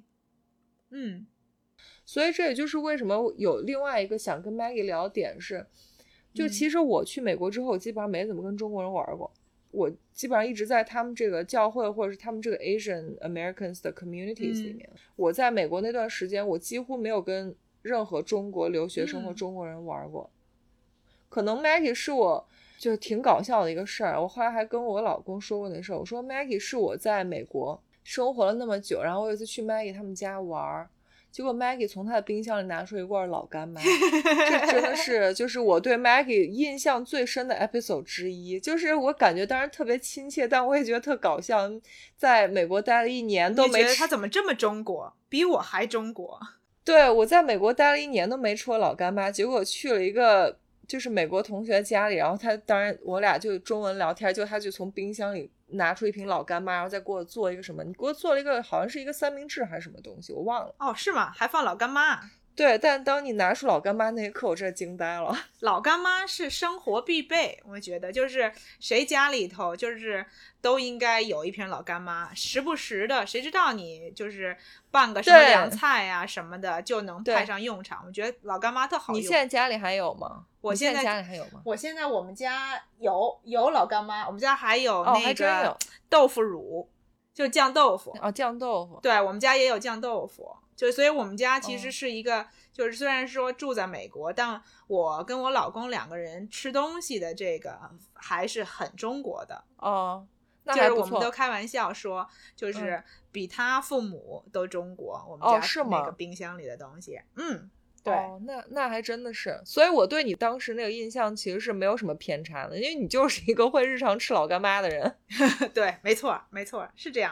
所以这也就是为什么有另外一个想跟 Maggie 聊的点是，就其实我去美国之后我基本上没怎么跟中国人玩过，我基本上一直在他们这个教会或者是他们这个 Asian Americans 的 communities 里面，我在美国那段时间我几乎没有跟任何中国留学生或中国人玩过。可能 Maggie 是我就挺搞笑的一个事儿，我后来还跟我老公说过那事儿，我说 Maggie 是我在美国生活了那么久，然后我有一次去 Maggie 他们家玩，结果 Maggie 从她的冰箱里拿出一罐老干妈这真的是就是我对 Maggie 印象最深的 episode 之一，就是我感觉当然特别亲切，但我也觉得特搞笑，在美国待了1年都没觉得他怎么这么中国，比我还中国。 对，我在美国待了1年都没吃过老干妈，结果去了一个就是美国同学家里，然后他当然我俩就中文聊天，就他就从冰箱里拿出一瓶老干妈，然后再给我做一个什么，你给我做了一个好像是一个三明治还是什么东西我忘了。 是吗？还放老干妈？ 对，但当你拿出老干妈那一刻我真的惊呆了。 老干妈是生活必备，我觉得就是谁家里头就是都应该有一瓶老干妈，时不时的谁知道你就是拌个什么凉菜啊什么的就能派上用场，我觉得老干妈特好用。 你现在家里还有吗？ 我现在家里还有吗？ 我现在我们家有老干妈，我们家还有那个豆腐乳，就是酱豆腐。 酱豆腐。 对，我们家也有酱豆腐，就所以我们家其实是一个就是虽然说住在美国，但我跟我老公2个人吃东西的这个还是很中国的。 那还不错。 就是我们都开玩笑说就是比他父母都中国，我们家那个冰箱里的东西。对， 那还真的是，所以我对你当时那个印象其实是没有什么偏差的，因为你就是一个会日常吃老干妈的人。 对，没错，是这样的。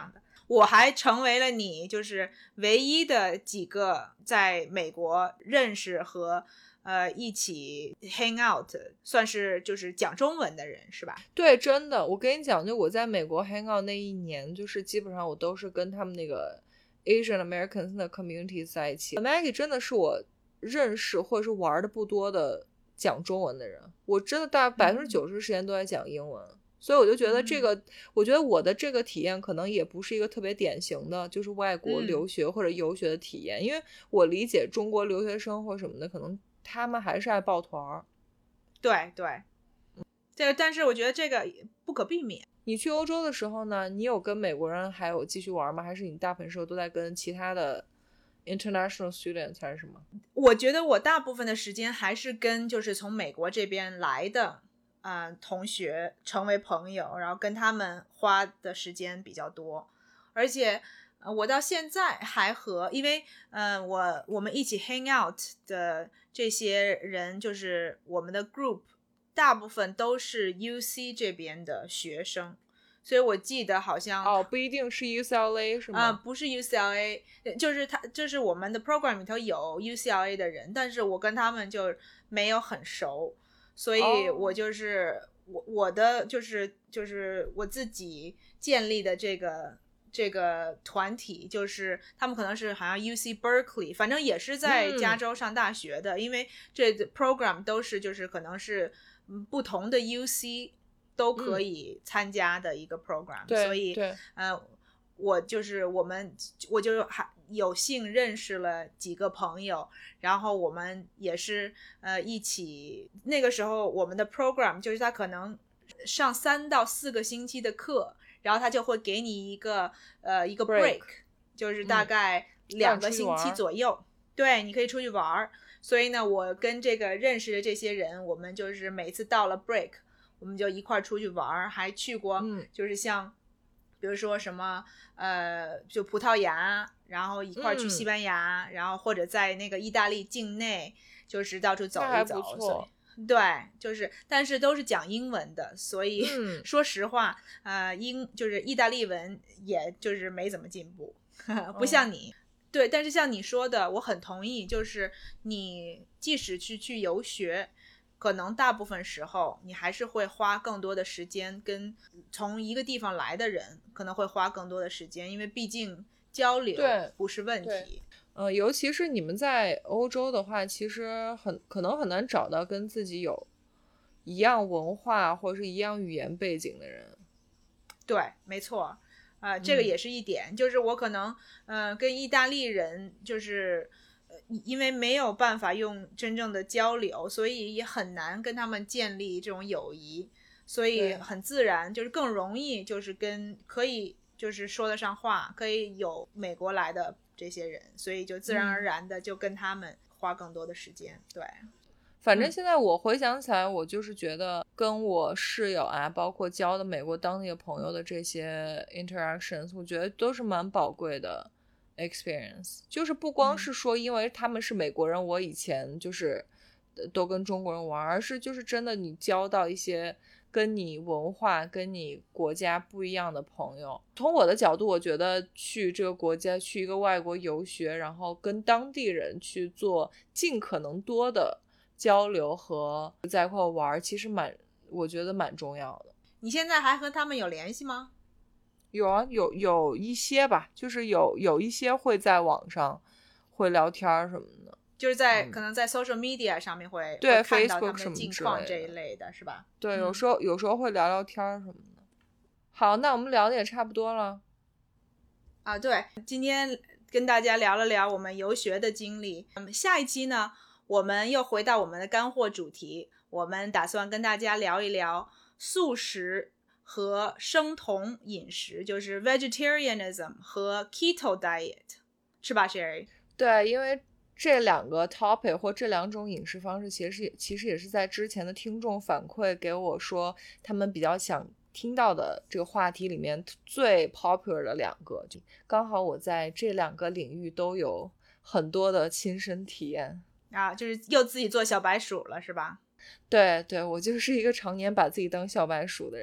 我还成为了你就是唯一的几个在美国认识和一起 hang out 算是就是讲中文的人是吧？ 对，真的，我跟你讲，就我在美国 hang out 那一年，就是基本上我都是跟他们那个 Asian Americans 的 community 在一起。Maggie 真的是我认识或者是玩的不多的讲中文的人，我真的大概90%时间都在讲英文。所以我就觉得这个，我觉得我的这个体验可能也不是一个特别典型的就是外国留学或者游学的体验，因为我理解中国留学生或什么的，可能他们还是爱抱团。 对对，这个但是我觉得这个不可避免。 你去欧洲的时候呢，你有跟美国人还有继续玩吗？还是你大部分时候都在跟其他的 international students 还是什么？ 我觉得我大部分的时间还是跟就是从美国这边来的同学成为朋友，然后跟他们花的时间比较多。而且我到现在还和因为我们一起 hang out 的这些人，就是我们的 group 大部分都是 UC 这边的学生，所以我记得好像不一定是 UCLA 是吗？ 不是 UCLA， 就是我们的 program 里头有 UCLA 的人，但是我跟他们就没有很熟，所以我就是我的就是我自己建立的这个团体，就是他们可能是好像 UC Berkeley， 反正也是在加州上大学的，因为这 program 都是就是可能是不同的 UC 都可以参加的一个 program，所以我就还有幸认识了几个朋友，然后我们也是一起，那个时候我们的 program 就是他可能上3到4个星期的课，然后他就会给你一个 break， 就是大概2个星期左右，对，你可以出去玩。所以呢，我跟这个认识的这些人，我们就是每次到了 break， 我们就一块出去玩，还去过就是像比如说什么就葡萄牙，然后一块去西班牙，然后或者在那个意大利境内就是到处走一走。所以对，就是但是都是讲英文的，所以说实话就是意大利文也就是没怎么进步不像你。对，但是像你说的我很同意，就是你即使去游学，可能大部分时候你还是会花更多的时间跟从一个地方来的人可能会花更多的时间，因为毕竟交流不是问题。 尤其是你们在欧洲的话，其实可能很难找到跟自己有一样文化或者是一样语言背景的人。 对，没错。这个也是一点，就是我可能跟意大利人就是因为没有办法用真正的交流，所以也很难跟他们建立这种友谊，所以很自然就是更容易就是可以就是说得上话，可以有美国来的这些人，所以就自然而然的就跟他们花更多的时间。对， 反正现在我回想起来，我就是觉得跟我室友包括交的美国当地的朋友的这些 interactions， 我觉得都是蛮宝贵的 experience。就是不光是说因为他们是美国人，我以前就是都跟中国人玩，而是就是真的你交到一些跟你文化跟你国家不一样的朋友。从我的角度，我觉得去这个国家，去一个外国游学，然后跟当地人去做尽可能多的交流和在一块玩，其实我觉得蛮重要的。 你现在还和他们有联系吗？ 有啊，有一些吧，就是有一些会在网上会聊天什么的， 就是可能在 social media 上面会看到他们的近况这一类的是吧？ 对，有时候会聊聊天什么的。好，那我们聊的也差不多了对，今天跟大家聊了聊我们游学的经历。下一期呢，我们又回到我们的干货主题，我们打算跟大家聊一聊素食和生酮饮食，就是 vegetarianism 和 keto diet， 是吧 Sherry？ 对，因为这两个 topic 或这两种饮食方式其实也是在之前的听众反馈给我说他们比较想听到的这个话题里面最 popular 的2个，就刚好我在这2个领域都有很多的亲身体验就是又自己做小白鼠了是吧？ 对，我就是一个常年把自己当小白鼠的人。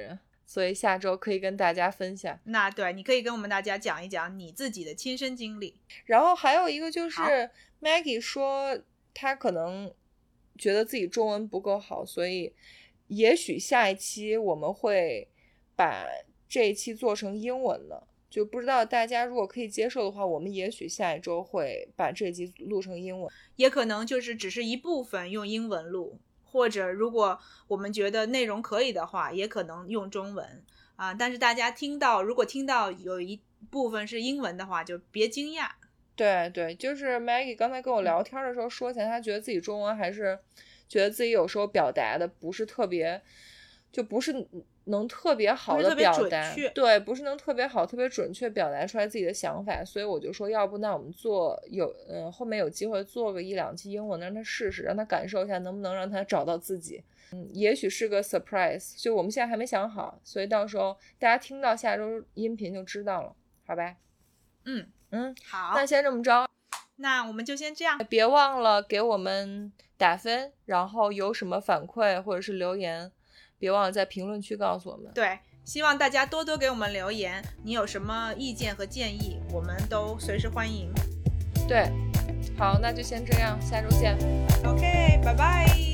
所以下周可以跟大家分享。 那对，你可以跟我们大家讲一讲你自己的亲身经历。 然后还有一个就是 Maggie 说她可能觉得自己中文不够好，所以也许下一期我们会把这一期做成英文的，就不知道大家如果可以接受的话，我们也许下一周会把这集录成英文， 也可能就是只是一部分用英文录，或者如果我们觉得内容可以的话，也可能用中文啊。但是大家如果听到有一部分是英文的话，就别惊讶。 对对，就是 Maggie 刚才跟我聊天的时候说起来，她觉得自己中文还是觉得自己有时候表达的不是特别，就不是能特别好的表达，对，不是能特别好特别准确表达出来自己的想法，所以我就说要不那我们后面有机会做个1-2期英文，让他试试，让他感受一下能不能让他找到自己。也许是个 surprise， 就我们现在还没想好，所以到时候大家听到下周音频就知道了，好吧？ 好， 那先这么着， 那我们就先这样， 别忘了给我们打分，然后有什么反馈或者是留言，别忘了在评论区告诉我们。 对，希望大家多多给我们留言，你有什么意见和建议，我们都随时欢迎。 对，好，那就先这样，下周见。 OK，拜拜。